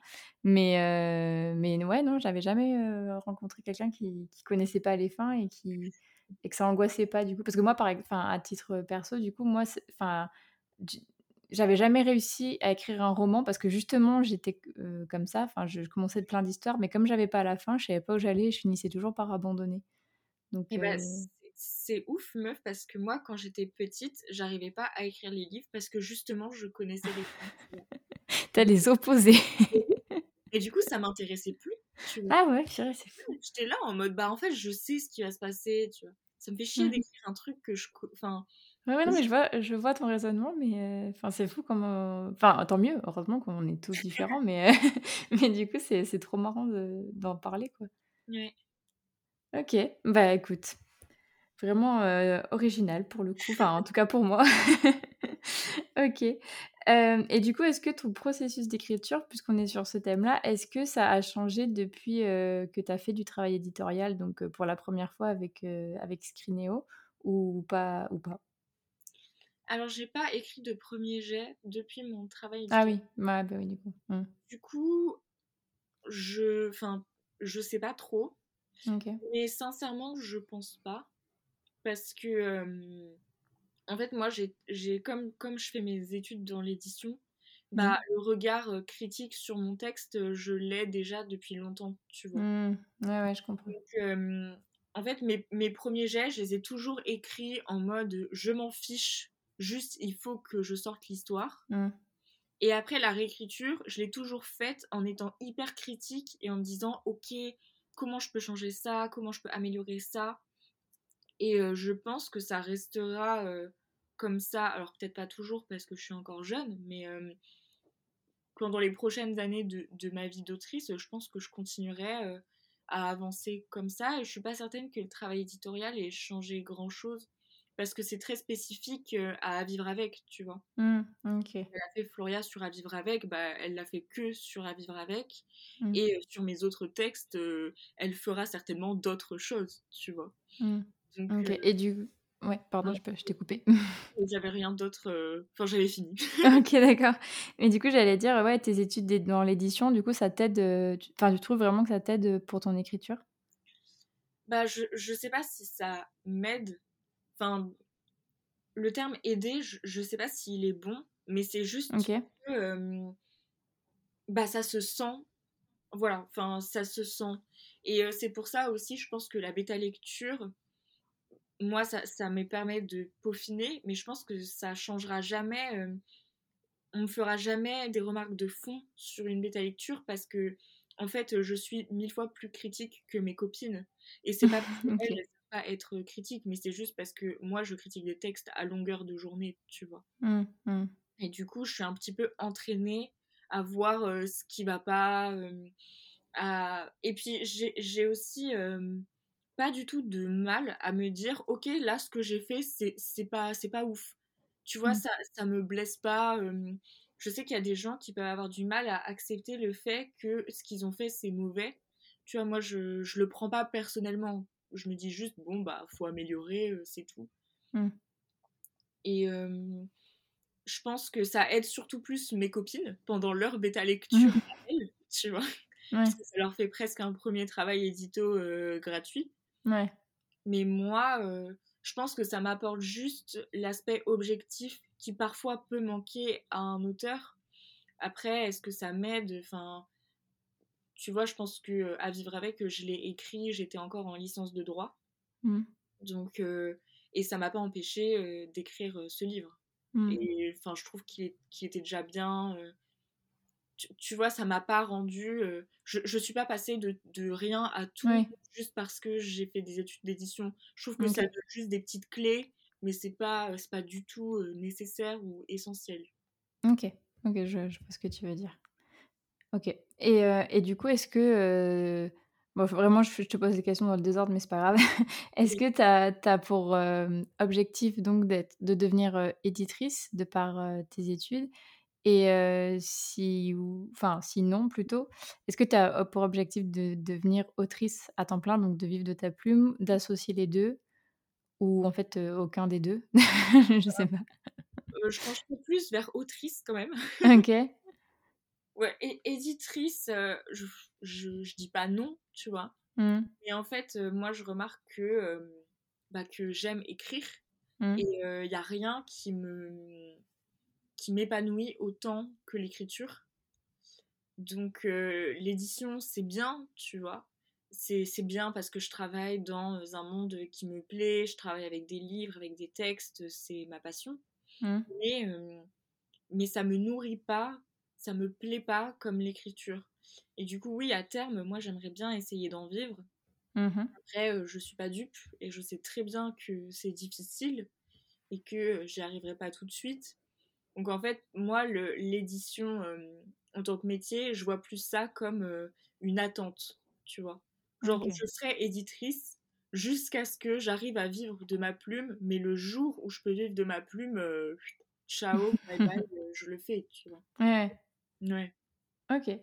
Mais ouais, non, j'avais jamais, rencontré quelqu'un qui connaissait pas les fins et que ça angoissait pas, du coup. Parce que moi, enfin, à titre perso, du coup, moi, enfin, j'avais jamais réussi à écrire un roman parce que justement j'étais comme ça, enfin je commençais plein d'histoires, mais comme j'avais pas la fin, je savais pas où j'allais et je finissais toujours par abandonner. Donc Et bah, c'est ouf meuf parce que moi quand j'étais petite, j'arrivais pas à écrire les livres parce que justement je connaissais les fins, tu vois? tu les opposés. Et du coup ça m'intéressait plus, tu vois? Ah ouais, purée, c'est fou. J'étais là en mode, bah, en fait je sais ce qui va se passer, tu vois? Ça me fait chier Mmh. d'écrire un truc que enfin, Ouais, ouais, non, mais juste je vois ton raisonnement, mais enfin, c'est fou comment enfin, tant mieux, heureusement qu'on est tous différents, mais mais du coup, c'est trop marrant d'en parler, quoi. ouais. OK, bah, écoute, vraiment, original pour le coup, enfin, en tout cas pour moi. OK, et du coup, est-ce que ton processus d'écriture, puisqu'on est sur ce thème-là, est-ce que ça a changé depuis, que tu as fait du travail éditorial, donc pour la première fois avec Skrinéo ou pas? Alors j'ai pas écrit de premier jet depuis mon travail Ah éditorial. oui, ouais, bah, oui, du coup. Mmh. Du coup, enfin, je sais pas trop, OK. mais sincèrement je pense pas parce que, en fait, moi, comme je fais mes études dans l'édition, Mmh. bah, le regard critique sur mon texte, je l'ai déjà depuis longtemps, tu vois. Mmh. Ouais, ouais, je comprends. Donc, en fait, mes premiers jets, je les ai toujours écrits en mode je m'en fiche, juste il faut que je sorte l'histoire. Mmh. Et après, la réécriture, je l'ai toujours faite en étant hyper critique et en me disant ok, comment je peux changer ça, comment je peux améliorer ça. Et je pense que ça restera comme ça, alors peut-être pas toujours parce que je suis encore jeune, mais pendant les prochaines années de ma vie d'autrice, je pense que je continuerai à avancer comme ça. Et je suis pas certaine que le travail éditorial ait changé grand-chose parce que c'est très spécifique à vivre avec, tu vois. Mmh. OK. Elle a fait Floria sur À vivre avec, bah, elle l'a fait que sur À vivre avec. Mmh. Et sur mes autres textes, elle fera certainement d'autres choses, tu vois. Mmh. Donc, OK et du ouais, pardon, je t'ai coupé. j'avais rien d'autre. Enfin, j'avais fini. OK, d'accord. Mais du coup, j'allais dire, ouais, tes études dans l'édition, du coup, ça t'aide, tu trouves vraiment que ça t'aide, pour ton écriture? Bah, je sais pas si ça m'aide. Enfin, le terme aider, je sais pas s'il est bon, mais c'est juste OK. que bah, ça se sent. Voilà, enfin, ça se sent. Et c'est pour ça aussi, je pense que la bêta lecture, moi, ça me permet de peaufiner, mais je pense que ça changera jamais. On me fera jamais des remarques de fond sur une bêta lecture parce que en fait je suis 1000 fois plus critique que mes copines et c'est pas parce qu'elles OK. elles savent pas être critiques mais c'est juste parce que moi je critique des textes à longueur de journée, tu vois. Mmh. Mmh. Et du coup je suis un petit peu entraînée à voir ce qui va pas, et puis j'ai aussi pas du tout de mal à me dire ok là ce que j'ai fait c'est pas ouf, tu vois, Mmh. ça me blesse pas. Je sais qu'il y a des gens qui peuvent avoir du mal à accepter le fait que ce qu'ils ont fait c'est mauvais, tu vois. Moi je le prends pas personnellement, je me dis juste bon bah faut améliorer, c'est tout. Mmh. Et je pense que ça aide surtout plus mes copines pendant leur bêta lecture Mmh. à elles, tu vois, Ouais, parce que ça leur fait presque un premier travail édito gratuit. ouais. Mais moi, je pense que ça m'apporte juste l'aspect objectif qui parfois peut manquer à un auteur. Après, est-ce que ça m'aide? Enfin, tu vois, je pense que À vivre avec, je l'ai écrit, j'étais encore en licence de droit. Mmh. Donc, et ça m'a pas empêché d'écrire ce livre. Mmh. Et enfin, je trouve qu'il était déjà bien. Tu vois, ça m'a pas rendu. Je suis pas passée de rien à tout Ouais. juste parce que j'ai fait des études d'édition. Je trouve que ça OK. donne juste des petites clés, mais c'est pas du tout nécessaire ou essentiel. OK. OK, je vois ce que tu veux dire. OK et du coup, est-ce que, bon, vraiment, je te pose des questions dans le désordre, mais c'est pas grave. Est-ce Oui. que tu as pour, objectif donc de devenir, éditrice de par, tes études? Et si ou enfin, si non plutôt, est-ce que tu as, pour objectif de devenir autrice à temps plein, donc de vivre de ta plume, d'associer les 2 ou en fait, aucun des 2? Je sais pas. Je pencherais plus vers autrice quand même. OK. Ouais, et éditrice, je dis pas non, tu vois. Mmh. Mais en fait, moi, je remarque que j'aime écrire Mmh. et il y a rien qui m'épanouit autant que l'écriture. Donc l'édition, c'est bien, tu vois. C'est bien parce que je travaille dans un monde qui me plaît, je travaille avec des livres, avec des textes, c'est ma passion. Mm. Mais, euh, mais ça me nourrit pas, ça me plaît pas comme l'écriture. Et du coup, oui, à terme, moi, j'aimerais bien essayer d'en vivre. Mhm. Après, je suis pas dupe et je sais très bien que c'est difficile et que j'y arriverai pas tout de suite. Donc en fait, moi, l'édition en tant que métier, je vois plus ça comme une attente, tu vois. Genre, Ok. je serai éditrice jusqu'à ce que j'arrive à vivre de ma plume, mais le jour où je peux vivre de ma plume, ciao, bye bye, je le fais, tu vois. Ouais, Ouais. ok.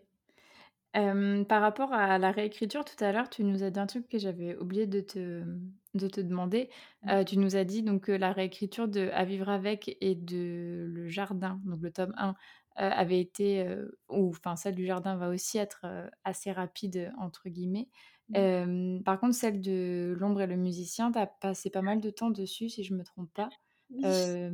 Par rapport à la réécriture, tout à l'heure, tu nous as dit un truc que j'avais oublié de te demander. Tu nous as dit donc que la réécriture de À vivre avec et de Le Jardin, donc le tome 1, avait été, ou enfin celle du Jardin va aussi être, assez «rapide» entre guillemets. Par contre celle de L'ombre et le musicien, tu as passé pas mal de temps dessus si je me trompe pas. Oui.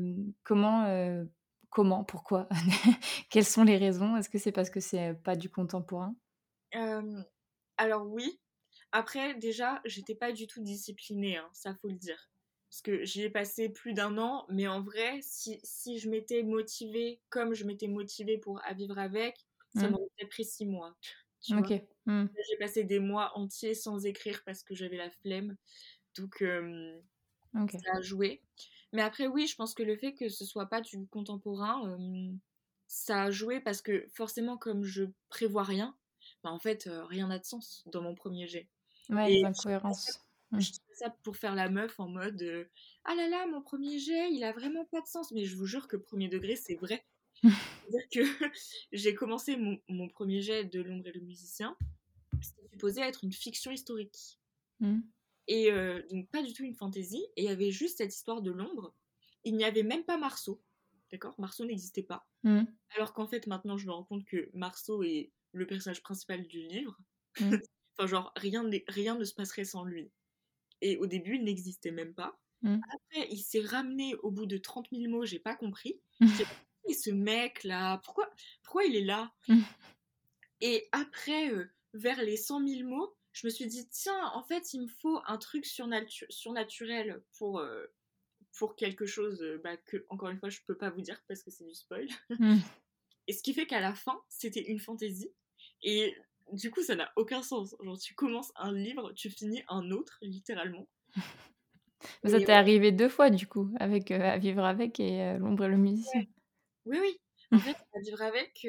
Comment? Pourquoi? Quelles sont les raisons? Est-ce que c'est parce que c'est pas du contemporain? Euh, alors oui. Après, déjà, j'étais pas du tout disciplinée, hein, ça faut le dire. Parce que j'y ai passé plus d'un an, mais en vrai, si je m'étais motivée comme je m'étais motivée pour À vivre avec, ça Mmh. m'aurait peut-être pris 6 mois, tu vois. OK. Mmh. Là, j'ai passé des mois entiers sans écrire parce que j'avais la flemme, donc OK. ça a joué. Mais après, oui, je pense que le fait que ce soit pas du contemporain, ça a joué parce que forcément, comme je prévois rien, bah en fait, rien n'a de sens dans mon premier jet. Ouais, Et les incohérences. Mmh. je dis ça pour faire la meuf en mode ah là là, mon premier jet, il a vraiment pas de sens. Mais je vous jure que premier degré, c'est vrai. C'est-à-dire que j'ai commencé mon premier jet de L'ombre et le musicien. C'était supposé être une fiction historique. Mmh. Et donc, pas du tout une fantaisie. Et il y avait juste cette histoire de l'ombre. Il n'y avait même pas Marceau. D'accord. Marceau n'existait pas. Mmh. Alors qu'en fait, maintenant, je me rends compte que Marceau est le personnage principal du livre. Mmh. Enfin, genre, rien ne se passerait sans lui. Et au début, il n'existait même pas. Mmh. Après, il s'est ramené au bout de 30 000 mots, j'ai pas compris. J'ai pas compris ce mec-là, pourquoi il est là? Mmh. Et après, vers les 100 000 mots, je me suis dit, tiens, en fait, il me faut un truc surnaturel pour quelque chose bah, que, encore une fois, je peux pas vous dire parce que c'est du spoil. Mmh. Et ce qui fait qu'à la fin, c'était une fantaisie. Et du coup, ça n'a aucun sens. Genre, tu commences un livre, tu finis un autre, littéralement. Mais ça Et t'est arrivé 2 fois du coup, avec, À vivre avec et L'ombre et le musicien? ouais, oui, oui. En fait, à vivre avec,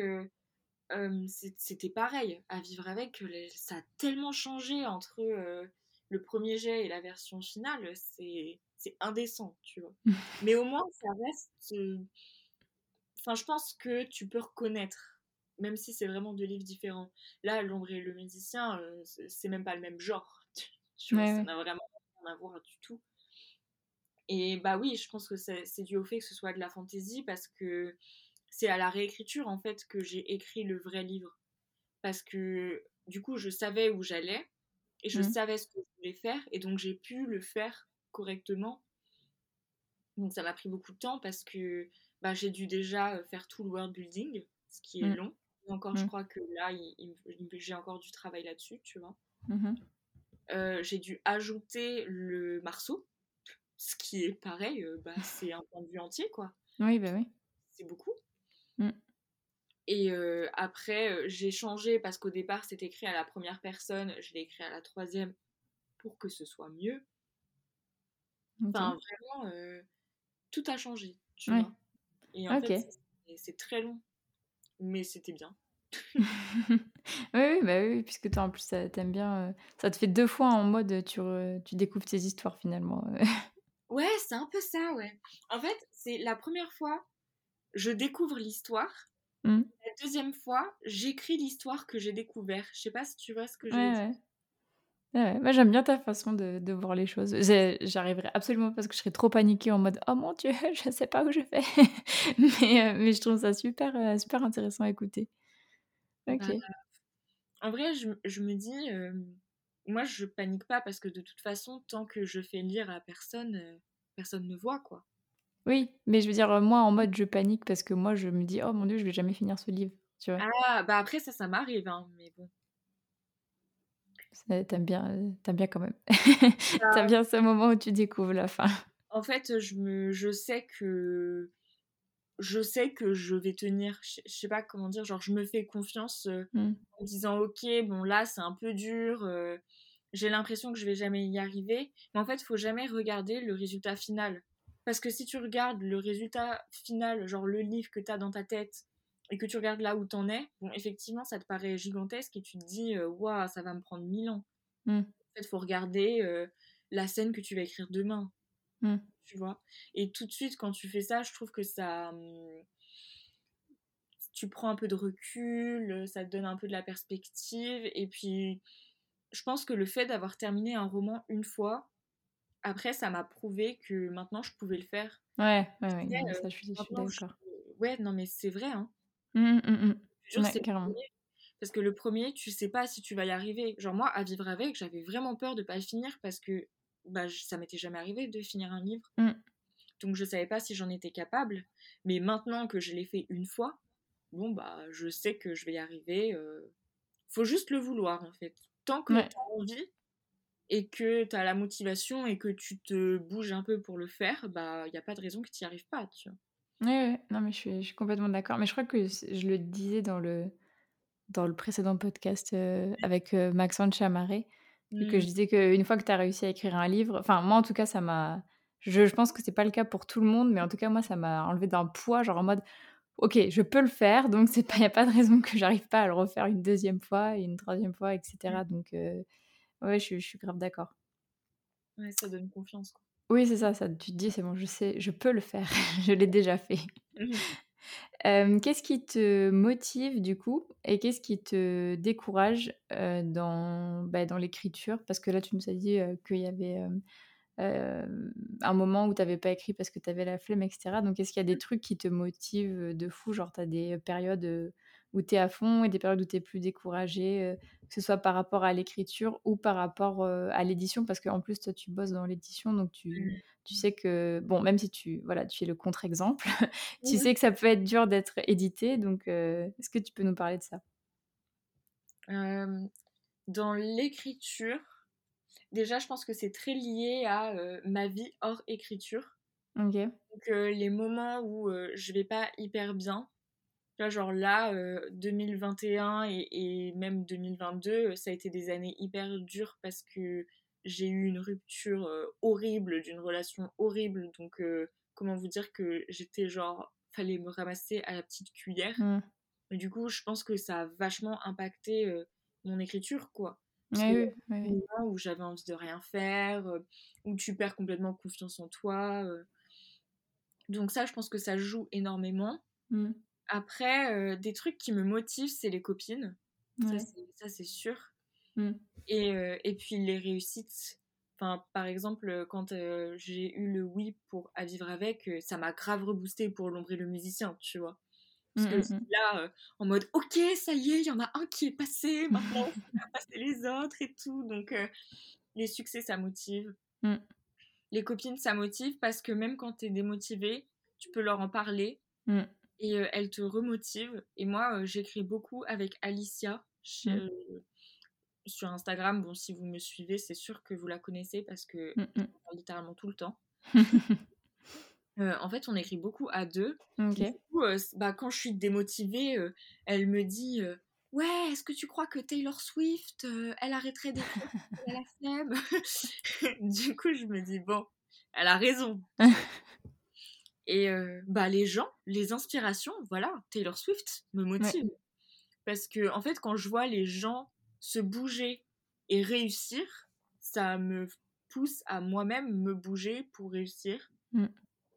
c'était pareil. À vivre avec, ça a tellement changé entre le premier jet et la version finale, c'est indécent, tu vois. Mais au moins, ça reste. Enfin, je pense que tu peux reconnaître, même si c'est vraiment deux livres différents. Là, L'ombre et le musicien, c'est même pas le même genre. Tu vois, Ouais, ça ouais. n'a vraiment rien à voir du tout. Et bah oui, je pense que c'est dû au fait que ce soit de la fantaisie parce que c'est à la réécriture en fait que j'ai écrit le vrai livre. Parce que du coup, je savais où j'allais et je Mmh. savais ce que je voulais faire et donc j'ai pu le faire correctement. Donc ça m'a pris beaucoup de temps parce que bah, j'ai dû déjà faire tout le world building, ce qui est Mmh. long. Et encore, je Mmh. crois que là, j'ai encore du travail là-dessus, tu vois. Mmh mh. J'ai dû ajouter le marceau, ce qui est pareil, bah, c'est un point de vue entier, quoi. Oui, bah, oui. C'est beaucoup. Mmh. Et après, j'ai changé parce qu'au départ, c'était écrit à la première personne. Je l'ai écrit à la troisième pour que ce soit mieux. OK. Enfin, vraiment, tout a changé, tu Ouais. vois. Et en fait, OK. c'est très long, mais c'était bien. Oui, oui, bah, oui, oui, puisque toi en plus ça tu bien, ça te fait 2 fois en mode, tu découvres tes histoires finalement, Ouais, c'est un peu ça, ouais. En fait, c'est la première fois, je découvre l'histoire. Mmh. La deuxième fois, j'écris l'histoire que j'ai découvert. Je sais pas si tu vois ce que je veux Ouais, dire. ouais. Ouais, ouais. Moi j'aime bien ta façon de voir les choses. J'arriverai absolument pas parce que je serais trop paniquée en mode: «Oh mon Dieu, je sais pas où je vais». Mais je trouve ça super, super intéressant à écouter. Bah, OK. en vrai, je me dis, moi, je panique pas parce que de toute façon, tant que je fais lire à personne, personne ne voit, quoi. Oui, mais je veux dire, moi, en mode je panique parce que moi, je me dis: «Oh mon Dieu, je vais jamais finir ce livre», tu vois? Ah, bah, après ça m'arrive, hein, mais bon. C'est tu bien quand même. Tu Bah, bien ce moment où tu découvres la fin. en fait, je sais que je vais tenir. Je sais pas comment dire, genre je me fais confiance, Mmh. en me disant: «OK, bon là, c'est un peu dur, j'ai l'impression que je vais jamais y arriver». Mais en fait, faut jamais regarder le résultat final. Parce que si tu regardes le résultat final, genre le livre que tu as dans ta tête et que tu regardes là où tu en es, bon effectivement, ça te paraît gigantesque et tu te dis: «Waouh, ça va me prendre 1000 ans». Mmh. En fait, faut regarder, la scène que tu vas écrire demain, Mmh. tu vois? Et tout de suite, quand tu fais ça, je trouve que ça, tu prends un peu de recul, ça te donne un peu de la perspective. Et puis, je pense que le fait d'avoir terminé un roman une fois, après, ça m'a prouvé que maintenant, je pouvais le faire. Ouais, ouais, Tu ouais, sais, non, mais ça, je suis maintenant, d'accord. ouais, non, mais c'est vrai, hein. Mmh mh, mmh Je te jure, Ouais, c'est le carrément. premier. Parce que le premier, tu sais pas si tu vas y arriver. Genre, moi, à vivre avec, j'avais vraiment peur de pas le finir parce que bah, ça m'était jamais arrivé de finir un livre. Mmh. Donc, je savais pas si j'en étais capable. Mais maintenant que je l'ai fait une fois, bon, bah, je sais que je vais y arriver. Faut juste le vouloir, en fait. Tant que Ouais. tu as envie et que tu as la motivation et que tu te bouges un peu pour le faire, bah, il y a pas de raison que tu y arrives pas, tu vois? Ouais, ouais, non, mais je suis complètement d'accord. Mais je crois que je le disais dans le précédent podcast, avec, Maxence Chamaré, que Mmh. je disais qu'une fois que tu as réussi à écrire un livre enfin, moi, en tout cas, je pense que c'est pas le cas pour tout le monde, mais en tout cas, moi, ça m'a enlevé d'un poids, genre en mode: «OK, je peux le faire, donc c'est pas il y a pas de raison que j'arrive pas à le refaire une deuxième fois et une troisième fois et cetera», donc ouais, je suis grave d'accord. Ouais, ça donne confiance, quoi. Oui, c'est ça, tu te dis: «C'est bon, je sais, je peux le faire, je l'ai déjà fait». Mmh. Qu'est-ce qui te motive du coup et qu'est-ce qui te décourage, dans l'écriture? Parce que là, tu nous as dit, qu'il y avait, un moment où tu avais pas écrit parce que tu avais la flemme et cetera. Donc est-ce qu'il y a des trucs qui te motivent, de fou? Genre tu as des périodes, où tu es à fond et des périodes où tu es plus découragée, que ce soit par rapport à l'écriture ou par rapport, à l'édition? Parce qu'en plus, toi, tu bosses dans l'édition, donc tu sais que bon, même si tu es le contre-exemple, tu Mmh. sais que ça peut être dur d'être édité, donc est-ce que tu peux nous parler de ça? Hem, dans l'écriture, déjà, je pense que c'est très lié à, ma vie hors écriture. OK. Donc, les moments où, je vais pas hyper bien, tu vois, genre là, 2021 et même 2022, ça a été des années hyper dures parce que j'ai eu une rupture, horrible d'une relation horrible. Donc, comment vous dire que j'étais genre fallait me ramasser à la petite cuillère. Mmh. Et du coup, je pense que ça a vachement impacté, mon écriture, quoi. Parce Oui, qu'il y oui, a oui, des oui. moments où j'avais envie de rien faire, où tu perds complètement confiance en toi, donc ça, je pense que ça joue énormément. Mmh. Après, des trucs qui me motivent, c'est les copines. Ouais. Ça, c'est sûr. Mmh. Et puis les réussites. Enfin, par exemple, quand, j'ai eu le oui pour À vivre avec, ça m'a grave reboosté pour L'ombre et le musicien, tu vois? Parce Mmh, que mmh j'étais mh. là, en mode: «OK, ça y est, il y en a un qui est passé, maintenant il faut faire passer les autres et tout». Donc, les succès, ça motive. Mmh. Les copines, ça motive parce que même quand tu es démotivée, tu peux leur en parler Mmh. et elles te remotivent. Et moi, j'écris beaucoup avec Alicia Mmh. sur Instagram. Bon, si vous me suivez, c'est sûr que vous la connaissez parce que Mmh mh. j'en parle littéralement tout le temps. En fait, on écrit beaucoup à 2. Du OK. coup, bah, quand je suis démotivée, elle me dit, «Ouais, est-ce que tu crois que Taylor Swift, elle arrêterait d'écrire parce qu'elle a la flemme?» Du coup, je me dis: «Bon, elle a raison», tu vois? Et bah, les gens, les inspirations, voilà, Taylor Swift me Ouais. motive. Parce que en fait, quand je vois les gens se bouger et réussir, ça me pousse à moi-même me bouger pour réussir. Mmh.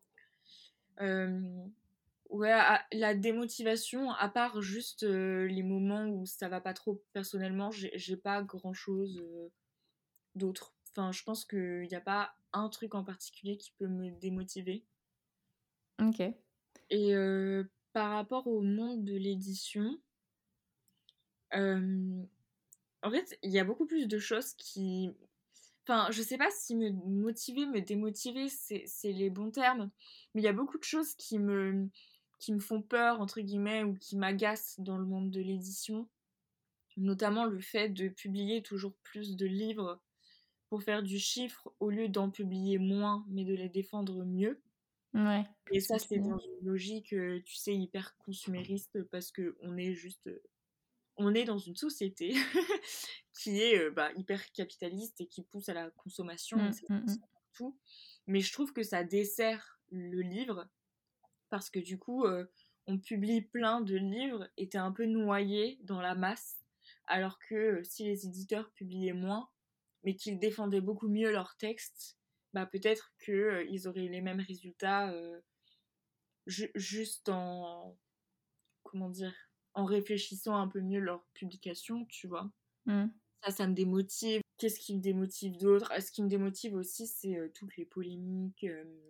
Hem, ouais, la démotivation, à part juste, les moments où ça va pas trop personnellement, j'ai pas grand-chose, d'autre. Enfin, je pense qu'il y a pas un truc en particulier qui peut me démotiver. OK. Et par rapport au monde de l'édition, hem, en fait, il y a beaucoup plus de choses qui enfin, je sais pas si me motiver, me démotiver, c'est les bons termes, mais il y a beaucoup de choses qui me font peur, entre guillemets, ou qui m'agacent dans le monde de l'édition, notamment le fait de publier toujours plus de livres pour faire du chiffre au lieu d'en publier moins, mais de les défendre mieux. Ouais, je Et vois ce ça, que tu c'est veux dire. dans une logique, tu sais, hyper consumériste parce que on est juste, on est dans une société qui est bah, hyper capitaliste et qui pousse à la consommation et Mmh, ça se mmh mh. ressent partout. Mais je trouve que ça dessert le livre parce que du coup, on publie plein de livres et t'es un peu noyé dans la masse. Alors que si les éditeurs publiaient moins, mais qu'ils défendaient beaucoup mieux leurs textes, bah peut-être que ils auraient les mêmes résultats juste en, comment dire, en réfléchissant un peu mieux leur publication, tu vois. Mmh. Ça me démotive. Qu'est-ce qui me démotive d'autre? Ce qui me démotive aussi, c'est toutes les polémiques.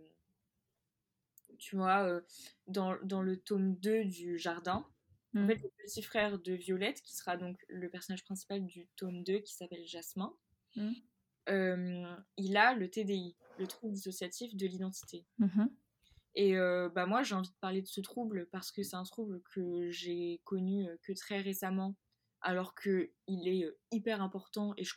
Tu vois, dans le tome 2 du Jardin, en Mmh. fait, le petit frère de Violette, qui sera donc le personnage principal du tome 2, qui s'appelle Jasmin, Mmh. il a le TDI, le trouble dissociatif de l'identité. Mmh mh. Et bah moi, j'ai envie de parler de ce trouble parce que c'est un trouble que j'ai connu que très récemment, alors qu'il est hyper important et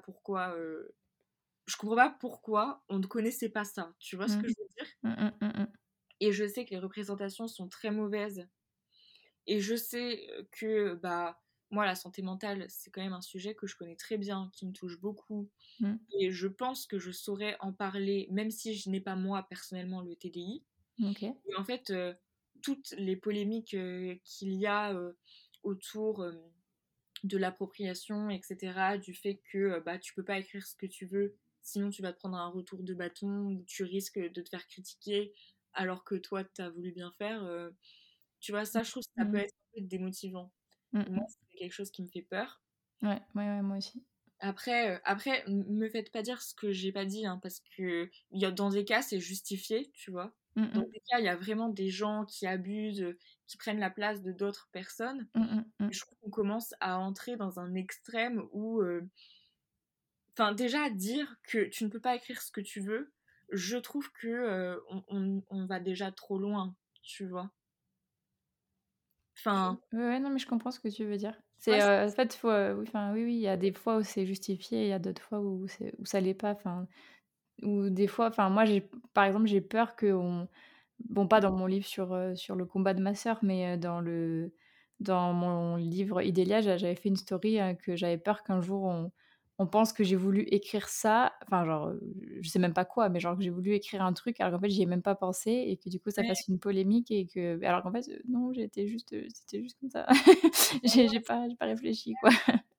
je comprends pas pourquoi on ne connaissait pas ça. Tu vois ce Mmh. que je veux dire? Mmh mh, mmh mh. Et je sais que les représentations sont très mauvaises. Et je sais que bah moi, la santé mentale, c'est quand même un sujet que je connais très bien, qui me touche beaucoup. Mmh. Et je pense que je saurais en parler, même si je n'ai pas moi personnellement le TDI. OK. Et en fait, toutes les polémiques qu'il y a autour de l'appropriation, etc., du fait que bah, tu peux pas écrire ce que tu veux, sinon tu vas te prendre un retour de bâton, ou tu risques de te faire critiquer, alors que toi, tu as voulu bien faire. Tu vois, ça, je trouve que ça peut Mmh. être un peu démotivant. Mmh Moi, mh. c'est quelque chose qui me fait peur. Ouais, ouais, ouais, moi aussi. Après, me faites pas dire ce que j'ai pas dit, hein, parce que dans des cas, c'est justifié, tu vois. Mmh Dans mh. des cas, il y a vraiment des gens qui abusent, qui prennent la place de d'autres personnes. Mmh mh, mmh. Et je trouve qu'on commence à entrer dans un extrême où, enfin, déjà, dire que tu ne peux pas écrire ce que tu veux, je trouve que on va déjà trop loin, tu vois. Enfin, Ouais, ouais, non, mais je comprends ce que tu veux dire. tu vois, C'est, en fait, faut, oui, enfin, oui, oui, il y a des fois où c'est justifié et il y a d'autres fois où ça l'est pas, enfin, ou des fois, enfin, moi, par exemple, j'ai peur qu'on bon, pas dans mon livre sur le combat de ma sœur, mais, dans mon livre Idélia, j'avais fait une story, que j'avais peur qu'un jour on pense que j'ai voulu écrire ça, enfin, genre, je sais même pas quoi, mais genre que j'ai voulu écrire un truc alors qu'en fait j'y ai même pas pensé et que du coup ça ouais, fasse une polémique et que alors qu'en fait, non, c'était juste comme ça. J'ai pas réfléchi, quoi.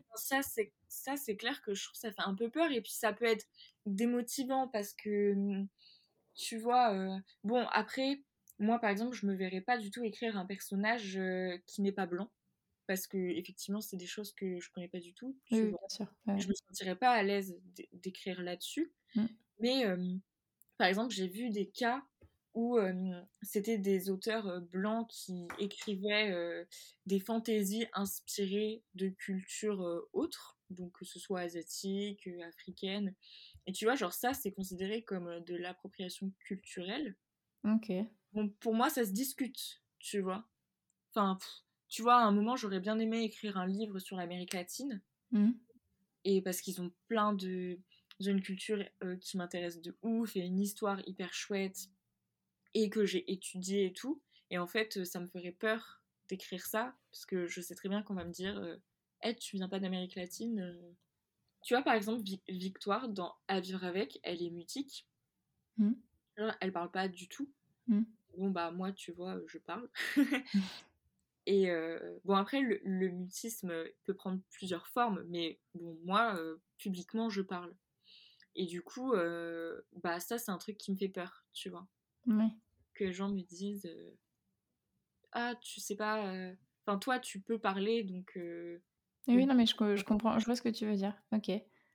ça, c'est clair que je trouve que ça fait un peu peur et puis ça peut être démotivant parce que, tu vois, bon, après, moi, par exemple, je me verrais pas du tout écrire un personnage qui n'est pas blanc parce que, effectivement, c'est des choses que je connais pas du tout, Oui, tu oui, vois. bien sûr. Ouais, Je ouais. me sentirais pas à l'aise d'écrire là-dessus. Mmh. Mais par exemple, j'ai vu des cas où c'était des auteurs blancs qui écrivaient des fantaisies inspirées de cultures autres, donc que ce soit asiatiques, africaines. Et tu vois, genre ça, c'est considéré comme de l'appropriation culturelle. OK. Bon, pour moi, ça se discute, tu vois. Enfin, tu vois, à un moment, j'aurais bien aimé écrire un livre sur l'Amérique latine, Mmh. et parce qu'ils ont plein de... Ils ont une culture qui m'intéresse de ouf et une histoire hyper chouette et que j'ai étudié et tout. Et en fait, ça me ferait peur d'écrire ça parce que je sais très bien qu'on va me dire hey, tu viens pas d'Amérique latine. Tu vois, par exemple, Victoire dans À vivre avec, elle est mutique. Mmh. Genre, elle parle pas du tout. Mmh. Bon, bah, moi, tu vois, je parle. Et bon, après, le mutisme peut prendre plusieurs formes, mais bon, moi, publiquement, je parle. Et du coup, bah, ça, c'est un truc qui me fait peur, tu vois. Ouais. Que les gens me disent ah, tu sais pas. Enfin, toi, tu peux parler, donc. Oui, Le oui, but, non, mais je comprends, je vois ce que tu veux dire. OK.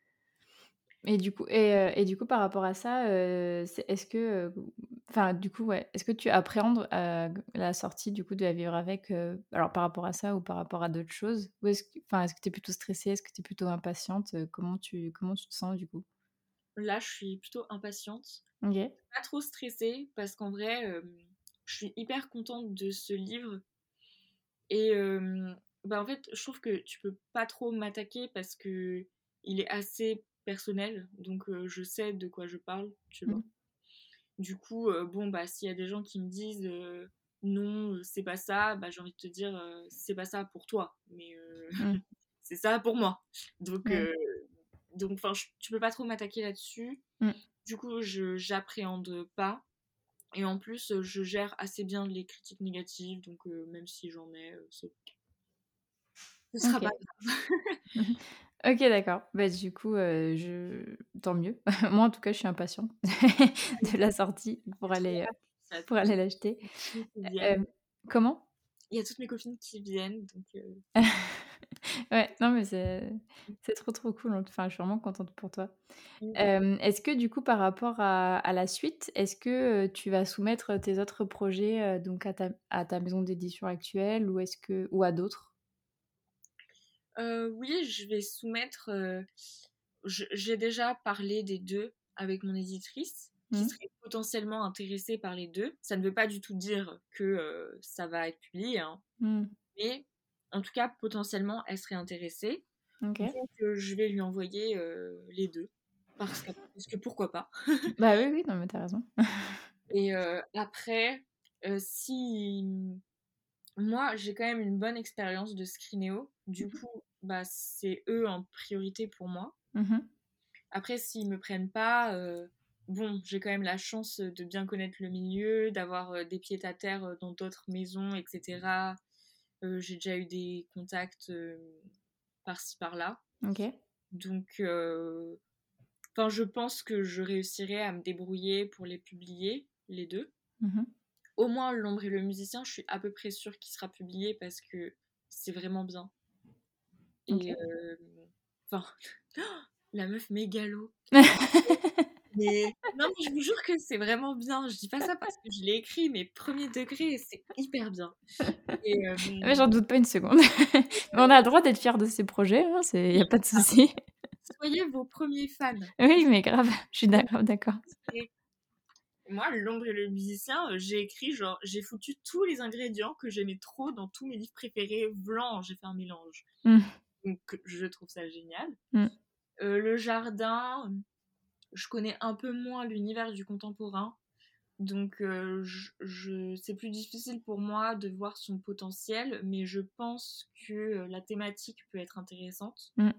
Et du coup, par rapport à ça, est-ce que, enfin, du coup, ouais, est-ce que tu appréhendes, la sortie, du coup, de À vivre avec, alors par rapport à ça ou par rapport à d'autres choses? Ou est-ce que tu es plutôt stressée? Est-ce que tu es plutôt impatiente? Comment tu te sens, du coup? là, je suis plutôt impatiente. Ok. Pas trop stressée parce qu'en vrai, je suis hyper contente de ce livre. Et bah, en fait, je trouve que tu peux pas trop m'attaquer parce que il est assez personnel. Donc, je sais de quoi je parle, tu vois. Mm. Du coup, bon, bah, s'il y a des gens qui me disent non, c'est pas ça, bah, j'ai envie de te dire c'est pas ça pour toi, mais Mm. c'est ça pour moi. Donc, Ouais. enfin, tu peux pas trop m'attaquer là-dessus. Mm. Du coup, j'appréhende pas. Et en plus, je gère assez bien les critiques négatives, donc même si j'en ai, ce sera Ok. pas. Ok, d'accord. Bah, du coup, tant mieux. Moi, en tout cas, je suis impatiente de la sortie Trop hâte. Il y a pour aller toutes l'acheter. mes copines qui viennent. Euh, Comment? Il y a toutes mes copines qui viennent, donc Ouais, non, mais c'est trop, trop cool. Enfin, je suis vraiment contente pour toi. mmh. Est-ce que du coup, par rapport à la suite, est-ce que, tu vas soumettre tes autres projets, donc à ta maison d'édition actuelle ou à d'autres? Oui, je vais soumettre, j'ai déjà parlé des 2 avec mon éditrice, qui Mmh. serait potentiellement intéressée par les 2. Ça ne veut pas du tout dire que, ça va être publié, hein, Mmh. mais en tout cas, potentiellement, elle serait intéressée. OK. Donc je vais lui envoyer, les 2 parce que pourquoi pas? Bah, oui, oui, non, mais tu raison. Et après, si moi, j'ai quand même une bonne expérience de Skrinéo. Du Mmh. coup, bah, c'est eux en priorité pour moi. Mmh. Après, s'ils me prennent pas, bon, j'ai quand même la chance de bien connaître le milieu, d'avoir des pieds-à-terre dans d'autres maisons, etc. J'ai déjà eu des contacts par-ci par-là. OK. Donc, enfin, je pense que je réussirai à me débrouiller pour les publier, les 2. Mmh. Au moins, L'ombre et le musicien, je suis à peu près sûre qu'il sera publié parce que c'est vraiment bien. Et OK. enfin, la meuf mégalo. Mais non, mais je vous jure que c'est vraiment bien. Je dis pas ça parce que je l'ai écrit, mais premier degré, et c'est hyper bien. Et Mais j'en doute pas une seconde. Mais on a le droit d'être fiers de ses projets, hein, il y a oui, pas de souci. soyez vos premiers fans. Oui, mais grave, je suis grave d'accord. Et moi, L'ombre et le musicien, j'ai écrit genre, j'ai foutu tous les ingrédients que j'aimais trop dans tous mes livres préférés, blancs, j'ai fait un mélange. Mmh. Donc je trouve ça génial. Mmh. Le jardin, je connais un peu moins l'univers du contemporain. Donc, c'est plus difficile pour moi de voir son potentiel, mais je pense que la thématique peut être intéressante. Mmh.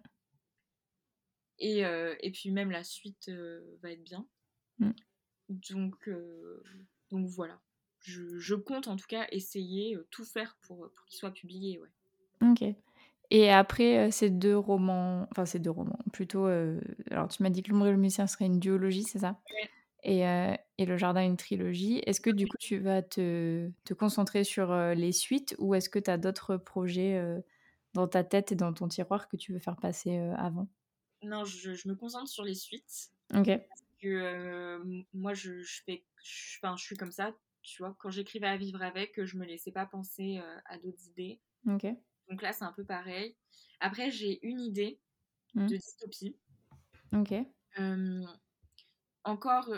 Et puis même la suite va être bien. Mmh. Donc, voilà. Je compte en tout cas essayer, tout faire pour qu'il soit publié, ouais. OK. Et après, ces 2 romans, plutôt, alors tu m'as dit que L'ombre et le musicien serait une duologie, c'est ça? Ouais. Et Le jardin une trilogie. Est-ce que du coup tu vas te concentrer sur, les suites ou est-ce que tu as d'autres projets, dans ta tête et dans ton tiroir que tu veux faire passer, avant? Non, je me concentre sur les suites. OK. Que moi, enfin, je suis comme ça, tu vois. Quand j'écrivais à vivre avec, je me laissais pas penser à d'autres idées. OK. Donc là, c'est un peu pareil. Après, j'ai une idée Mmh. de dystopie, OK. euh, encore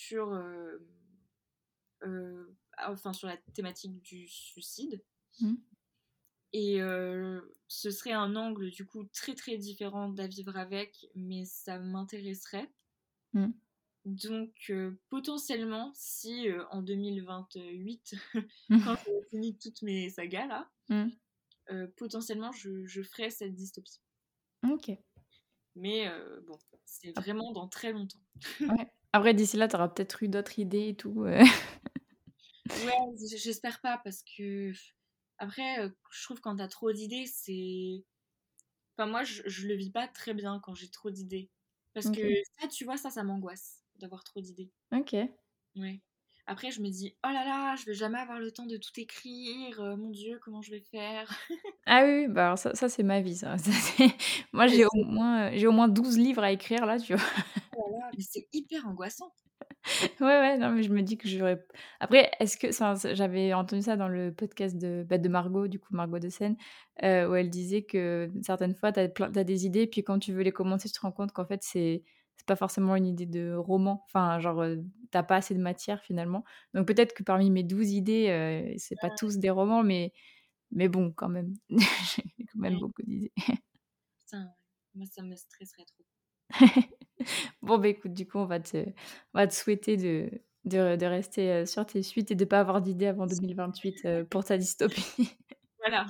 enfin, sur la thématique du suicide. Mmh. Et ce serait un angle du coup très très différent d'à vivre avec, mais ça m'intéresserait. Mmh. Donc potentiellement, si en 2028, quand Mmh. j'aurai fini toutes mes sagas là, Mmh. potentiellement je ferai cette dystopie. OK. Mais bon, c'est Ap vraiment dans très longtemps. Ouais. Après d'ici là, tu auras peut-être eu d'autres idées et tout, Ouais, j'espère pas parce que après, je trouve quand t'as trop d'idées, c'est. Enfin, moi, je le vis pas très bien quand j'ai trop d'idées. Parce que OK. ça, tu vois, ça m'angoisse d'avoir trop d'idées. OK. Ouais. Après, je me dis, oh là là, je vais jamais avoir le temps de tout écrire. Mon Dieu, comment je vais faire? Ah oui, oui, bah, alors ça c'est ma vie ça. Ça c'est moi Mais j'ai au moins 12 livres à écrire là, tu vois? voilà, mais c'est hyper angoissant. Ouais, ouais, non, mais je me dis que j'aurais après, est-ce que enfin, j'avais entendu ça dans le podcast de Margot, du coup, Margot de Seine, où elle disait que certaines fois, tu as des idées, puis quand tu veux les commencer, tu te rends compte qu'en fait, c'est pas forcément une idée de roman. Enfin, genre, tu pas assez de matière finalement. Donc peut-être que parmi mes 12 idées, c'est pas tous des romans, mais bon, quand même. J'ai quand même Ouais, beaucoup d'idées. putain, ouais. Moi, ça me stresserait trop. Bon, bah, écoute, du coup, on va te souhaiter de rester, sur tes suites et de pas avoir d'idées avant 2028, pour ta dystopie. Voilà.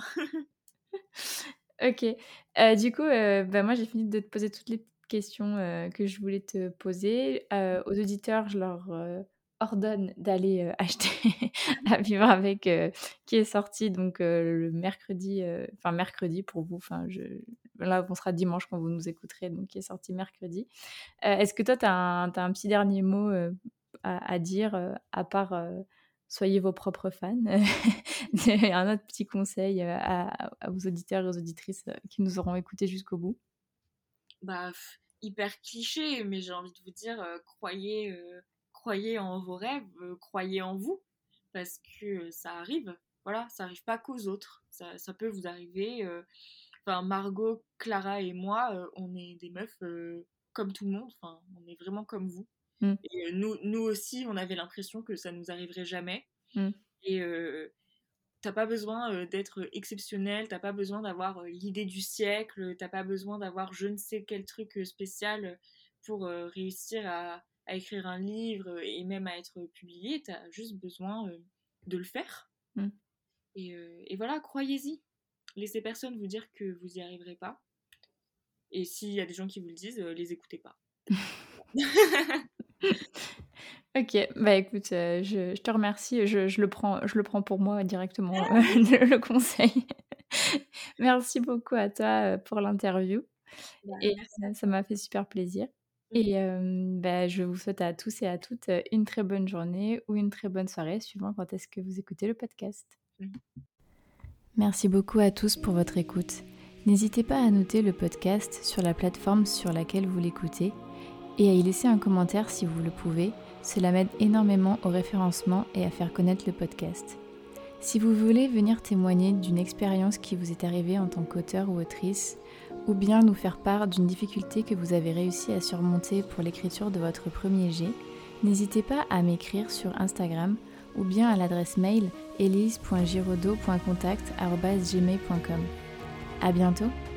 OK. Du coup, bah, moi, j'ai fini de te poser toutes les petites questions, que je voulais te poser. Aux auditeurs, je leur, ordonne d'aller, acheter À vivre avec, qui est sorti donc, le mercredi, enfin mercredi pour vous, enfin là, on sera dimanche quand vous nous écouterez, donc qui est sorti mercredi. Est-ce que toi, tu un petit dernier mot, à dire, à part, soyez vos propres fans? Un autre petit conseil, à vos auditeurs et aux auditrices, qui nous auront écoutés jusqu'au bout? Bah, hyper cliché, mais j'ai envie de vous dire, croyez en vos rêves, croyez en vous, parce que ça arrive. Voilà, ça arrive pas qu'aux autres. Ça peut vous arriver. Enfin, Margot, Clara et moi, on est des meufs comme tout le monde. Enfin, on est vraiment comme vous. Mmh, Et nous aussi, on avait l'impression que ça nous arriverait jamais. mmh, Et t'as pas besoin d'être exceptionnel, t'as pas besoin d'avoir l'idée du siècle, t'as pas besoin d'avoir je ne sais quel truc spécial pour réussir à écrire un livre et même à être publié. T'as juste besoin de le faire. mmh. Et voilà, croyez-y. Laissez personne vous dire que vous y arriverez pas. Et s'il y a des gens qui vous le disent, les écoutez pas. OK, bah, écoute, je te remercie, je le prends pour moi directement, le conseil. Merci beaucoup à toi, pour l'interview Bah, et merci à ça m'a fait super plaisir toi. et bah, je vous souhaite à tous et à toutes, une très bonne journée ou une très bonne soirée suivant quand est-ce que vous écoutez le podcast. Mhm. Merci beaucoup à tous pour votre écoute. N'hésitez pas à noter le podcast sur la plateforme sur laquelle vous l'écoutez et à y laisser un commentaire si vous le pouvez. Cela m'aide énormément au référencement et à faire connaître le podcast. Si vous voulez venir témoigner d'une expérience qui vous est arrivée en tant qu'auteur ou autrice, ou bien nous faire part d'une difficulté que vous avez réussi à surmonter pour l'écriture de votre premier jet, n'hésitez pas à m'écrire sur Instagram ou bien à l'adresse mail elise.giraudot.contact@gmail.com. À bientôt!